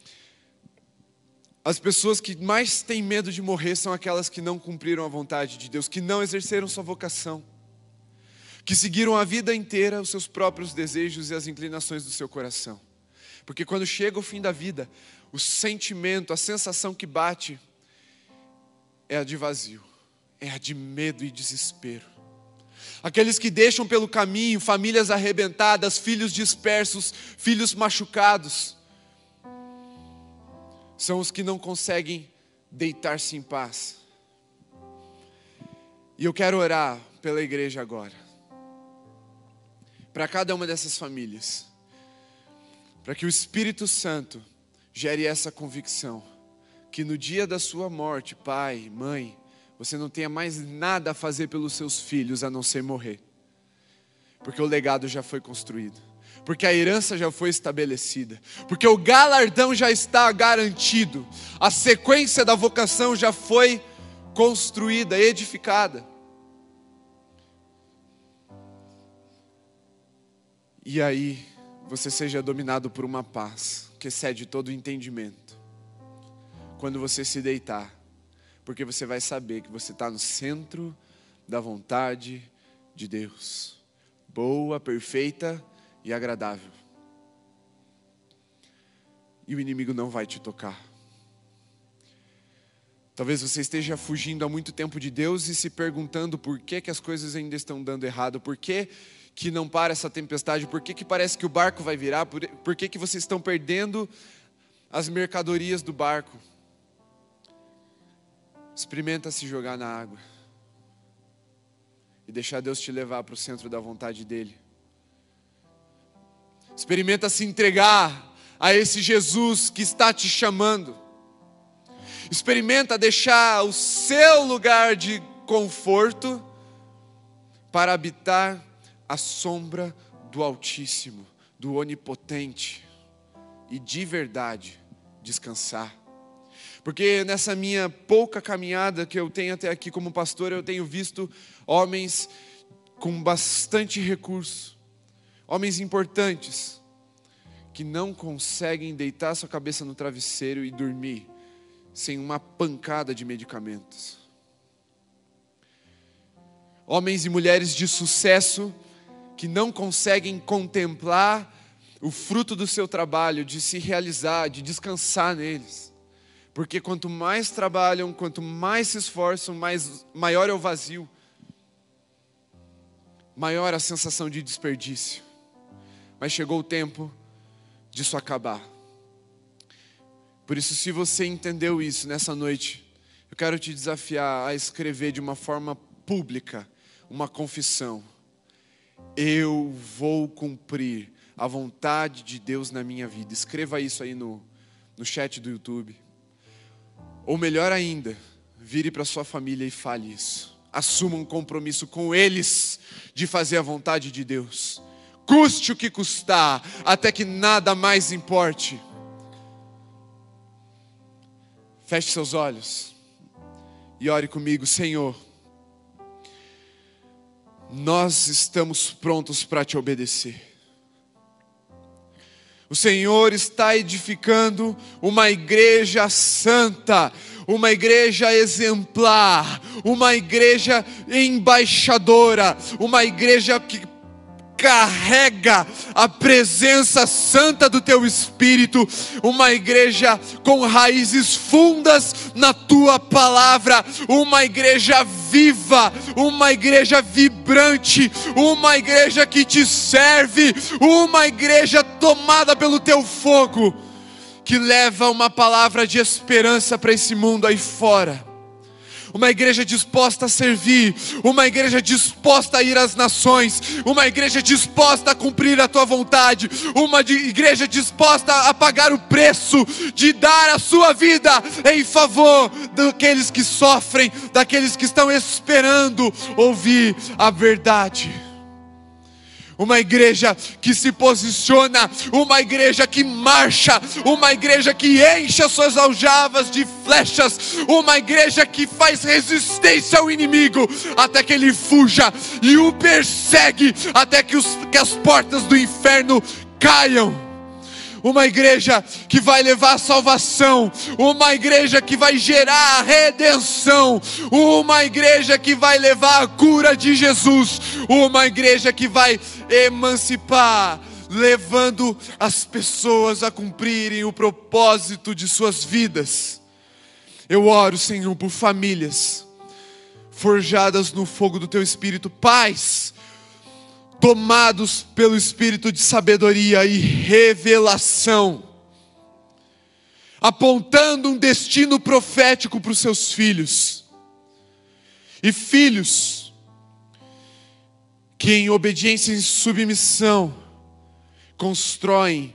as pessoas que mais têm medo de morrer são aquelas que não cumpriram a vontade de Deus, que não exerceram sua vocação, que seguiram a vida inteira os seus próprios desejos e as inclinações do seu coração. Porque quando chega o fim da vida, o sentimento, a sensação que bate é a de vazio, é a de medo e desespero. Aqueles que deixam pelo caminho famílias arrebentadas, filhos dispersos, filhos machucados, são os que não conseguem deitar-se em paz. E eu quero orar pela igreja agora, para cada uma dessas famílias, para que o Espírito Santo gere essa convicção, que no dia da sua morte, pai, mãe, você não tenha mais nada a fazer pelos seus filhos a não ser morrer, porque o legado já foi construído, porque a herança já foi estabelecida, porque o galardão já está garantido, a sequência da vocação já foi construída, edificada. E aí você seja dominado por uma paz que excede todo o entendimento, quando você se deitar, porque você vai saber que você está no centro da vontade de Deus, boa, perfeita e agradável. E o inimigo não vai te tocar. Talvez você esteja fugindo há muito tempo de Deus e se perguntando por que as coisas ainda estão dando errado, por que não para essa tempestade, por que parece que o barco vai virar, por que vocês estão perdendo as mercadorias do barco. Experimenta se jogar na água e deixar Deus te levar para o centro da vontade dEle. Experimenta se entregar a esse Jesus que está te chamando. Experimenta deixar o seu lugar de conforto para habitar a sombra do Altíssimo, do Onipotente, e de verdade descansar. Porque nessa minha pouca caminhada que eu tenho até aqui como pastor, eu tenho visto homens com bastante recurso, homens importantes, que não conseguem deitar sua cabeça no travesseiro e dormir sem uma pancada de medicamentos. Homens e mulheres de sucesso que não conseguem contemplar o fruto do seu trabalho, de se realizar, de descansar neles. Porque quanto mais trabalham, quanto mais se esforçam, maior é o vazio, maior a sensação de desperdício. Mas chegou o tempo disso acabar. Por isso, se você entendeu isso nessa noite, eu quero te desafiar a escrever de uma forma pública uma confissão. Eu vou cumprir a vontade de Deus na minha vida. Escreva isso aí no chat do YouTube. Ou melhor ainda, vire para sua família e fale isso. Assuma um compromisso com eles de fazer a vontade de Deus. Custe o que custar, até que nada mais importe. Feche seus olhos e ore comigo. Senhor, nós estamos prontos para te obedecer. O Senhor está edificando uma igreja santa, uma igreja exemplar, uma igreja embaixadora, uma igreja que carrega a presença santa do Teu Espírito, uma igreja com raízes fundas na Tua palavra, uma igreja viva, uma igreja vibrante, uma igreja que Te serve, uma igreja tomada pelo Teu fogo, que leva uma palavra de esperança para esse mundo aí fora. Uma igreja disposta a servir, uma igreja disposta a ir às nações, uma igreja disposta a cumprir a Tua vontade, uma igreja disposta a pagar o preço de dar a sua vida em favor daqueles que sofrem, daqueles que estão esperando ouvir a verdade. Uma igreja que se posiciona, uma igreja que marcha, uma igreja que enche as suas aljavas de flechas, uma igreja que faz resistência ao inimigo até que ele fuja e o persegue até que as portas do inferno caiam. Uma igreja que vai levar a salvação, uma igreja que vai gerar a redenção, uma igreja que vai levar a cura de Jesus, uma igreja que vai emancipar, levando as pessoas a cumprirem o propósito de suas vidas. Eu oro, Senhor, por famílias forjadas no fogo do Teu Espírito, pais tomados pelo Espírito de sabedoria e revelação, apontando um destino profético para os seus filhos, e filhos que em obediência e submissão constroem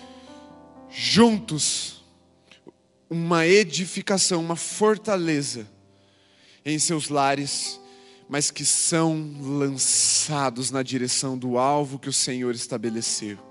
juntos uma edificação, uma fortaleza em seus lares, mas que são lançados na direção do alvo que o Senhor estabeleceu.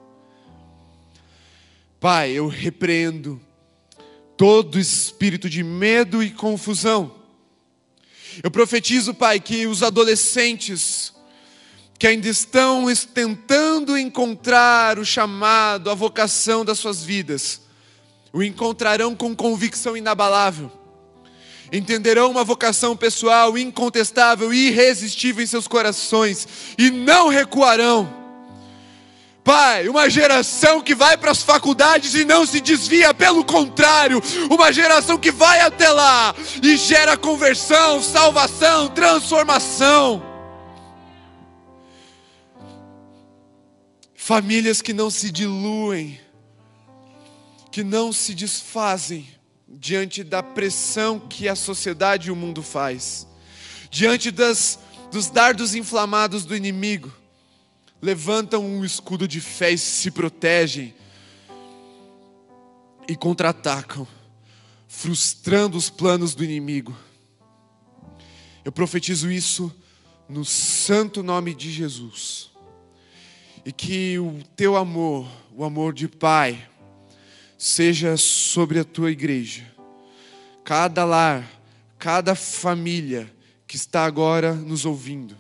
Pai, eu repreendo todo espírito de medo e confusão. Eu profetizo, Pai, que os adolescentes que ainda estão tentando encontrar o chamado, a vocação das suas vidas, o encontrarão com convicção inabalável. Entenderão uma vocação pessoal incontestável e irresistível em seus corações e não recuarão. Pai, uma geração que vai para as faculdades e não se desvia, pelo contrário, uma geração que vai até lá e gera conversão, salvação, transformação. Famílias que não se diluem, que não se desfazem diante da pressão que a sociedade e o mundo faz, diante dos dardos inflamados do inimigo, levantam um escudo de fé e se protegem e contra-atacam, frustrando os planos do inimigo. Eu profetizo isso no santo nome de Jesus, e que o Teu amor, o amor de Pai, seja sobre a Tua igreja, cada lar, cada família que está agora nos ouvindo.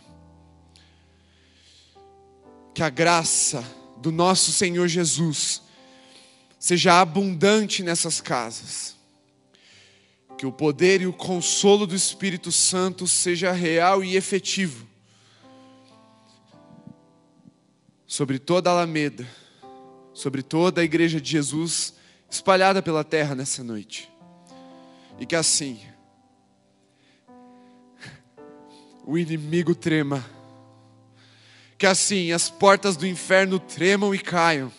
Que a graça do nosso Senhor Jesus seja abundante nessas casas. Que o poder e o consolo do Espírito Santo seja real e efetivo sobre toda a Alameda, sobre toda a igreja de Jesus espalhada pela terra nessa noite. E que assim o inimigo trema, que assim as portas do inferno tremam e caiam,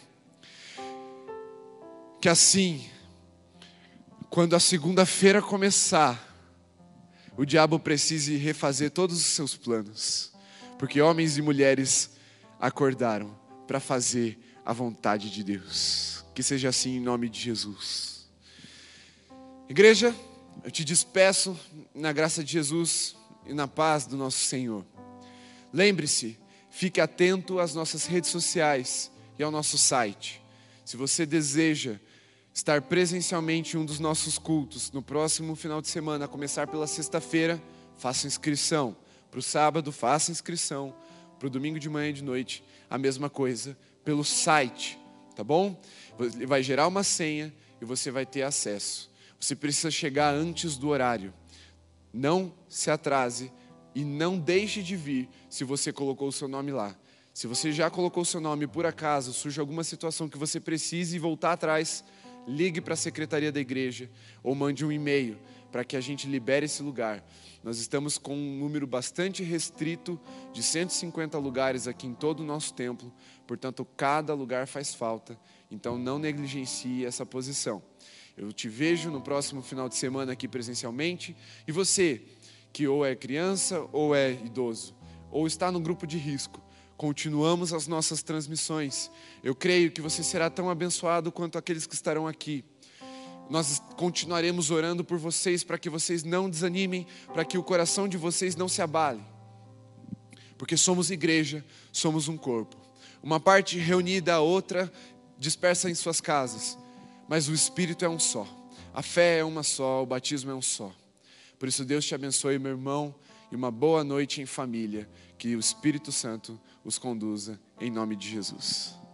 que assim, quando a segunda-feira começar, o diabo precise refazer todos os seus planos, porque homens e mulheres acordaram para fazer a vontade de Deus. Que seja assim em nome de Jesus. Igreja, eu te despeço na graça de Jesus e na paz do nosso Senhor. Lembre-se, fique atento às nossas redes sociais e ao nosso site. Se você deseja estar presencialmente em um dos nossos cultos no próximo final de semana, a começar pela sexta-feira, faça inscrição. Para o sábado, faça inscrição. Para o domingo de manhã e de noite, a mesma coisa, pelo site, tá bom? Ele vai gerar uma senha e você vai ter acesso. Você precisa chegar antes do horário. Não se atrase e não deixe de vir se você colocou o seu nome lá. Se você já colocou seu nome e por acaso surge alguma situação que você precise voltar atrás, ligue para a secretaria da igreja ou mande um e-mail para que a gente libere esse lugar. Nós estamos com um número bastante restrito de 150 lugares aqui em todo o nosso templo, portanto, cada lugar faz falta, então não negligencie essa posição. Eu te vejo no próximo final de semana aqui presencialmente, e você, que ou é criança ou é idoso, ou está no grupo de risco, continuamos as nossas transmissões. Eu creio que você será tão abençoado quanto aqueles que estarão aqui. Nós continuaremos orando por vocês para que vocês não desanimem, para que o coração de vocês não se abale. Porque somos igreja, somos um corpo. Uma parte reunida, a outra dispersa em suas casas. Mas o Espírito é um só. A fé é uma só, o batismo é um só. Por isso Deus te abençoe, meu irmão, e uma boa noite em família. Que o Espírito Santo os conduza em nome de Jesus.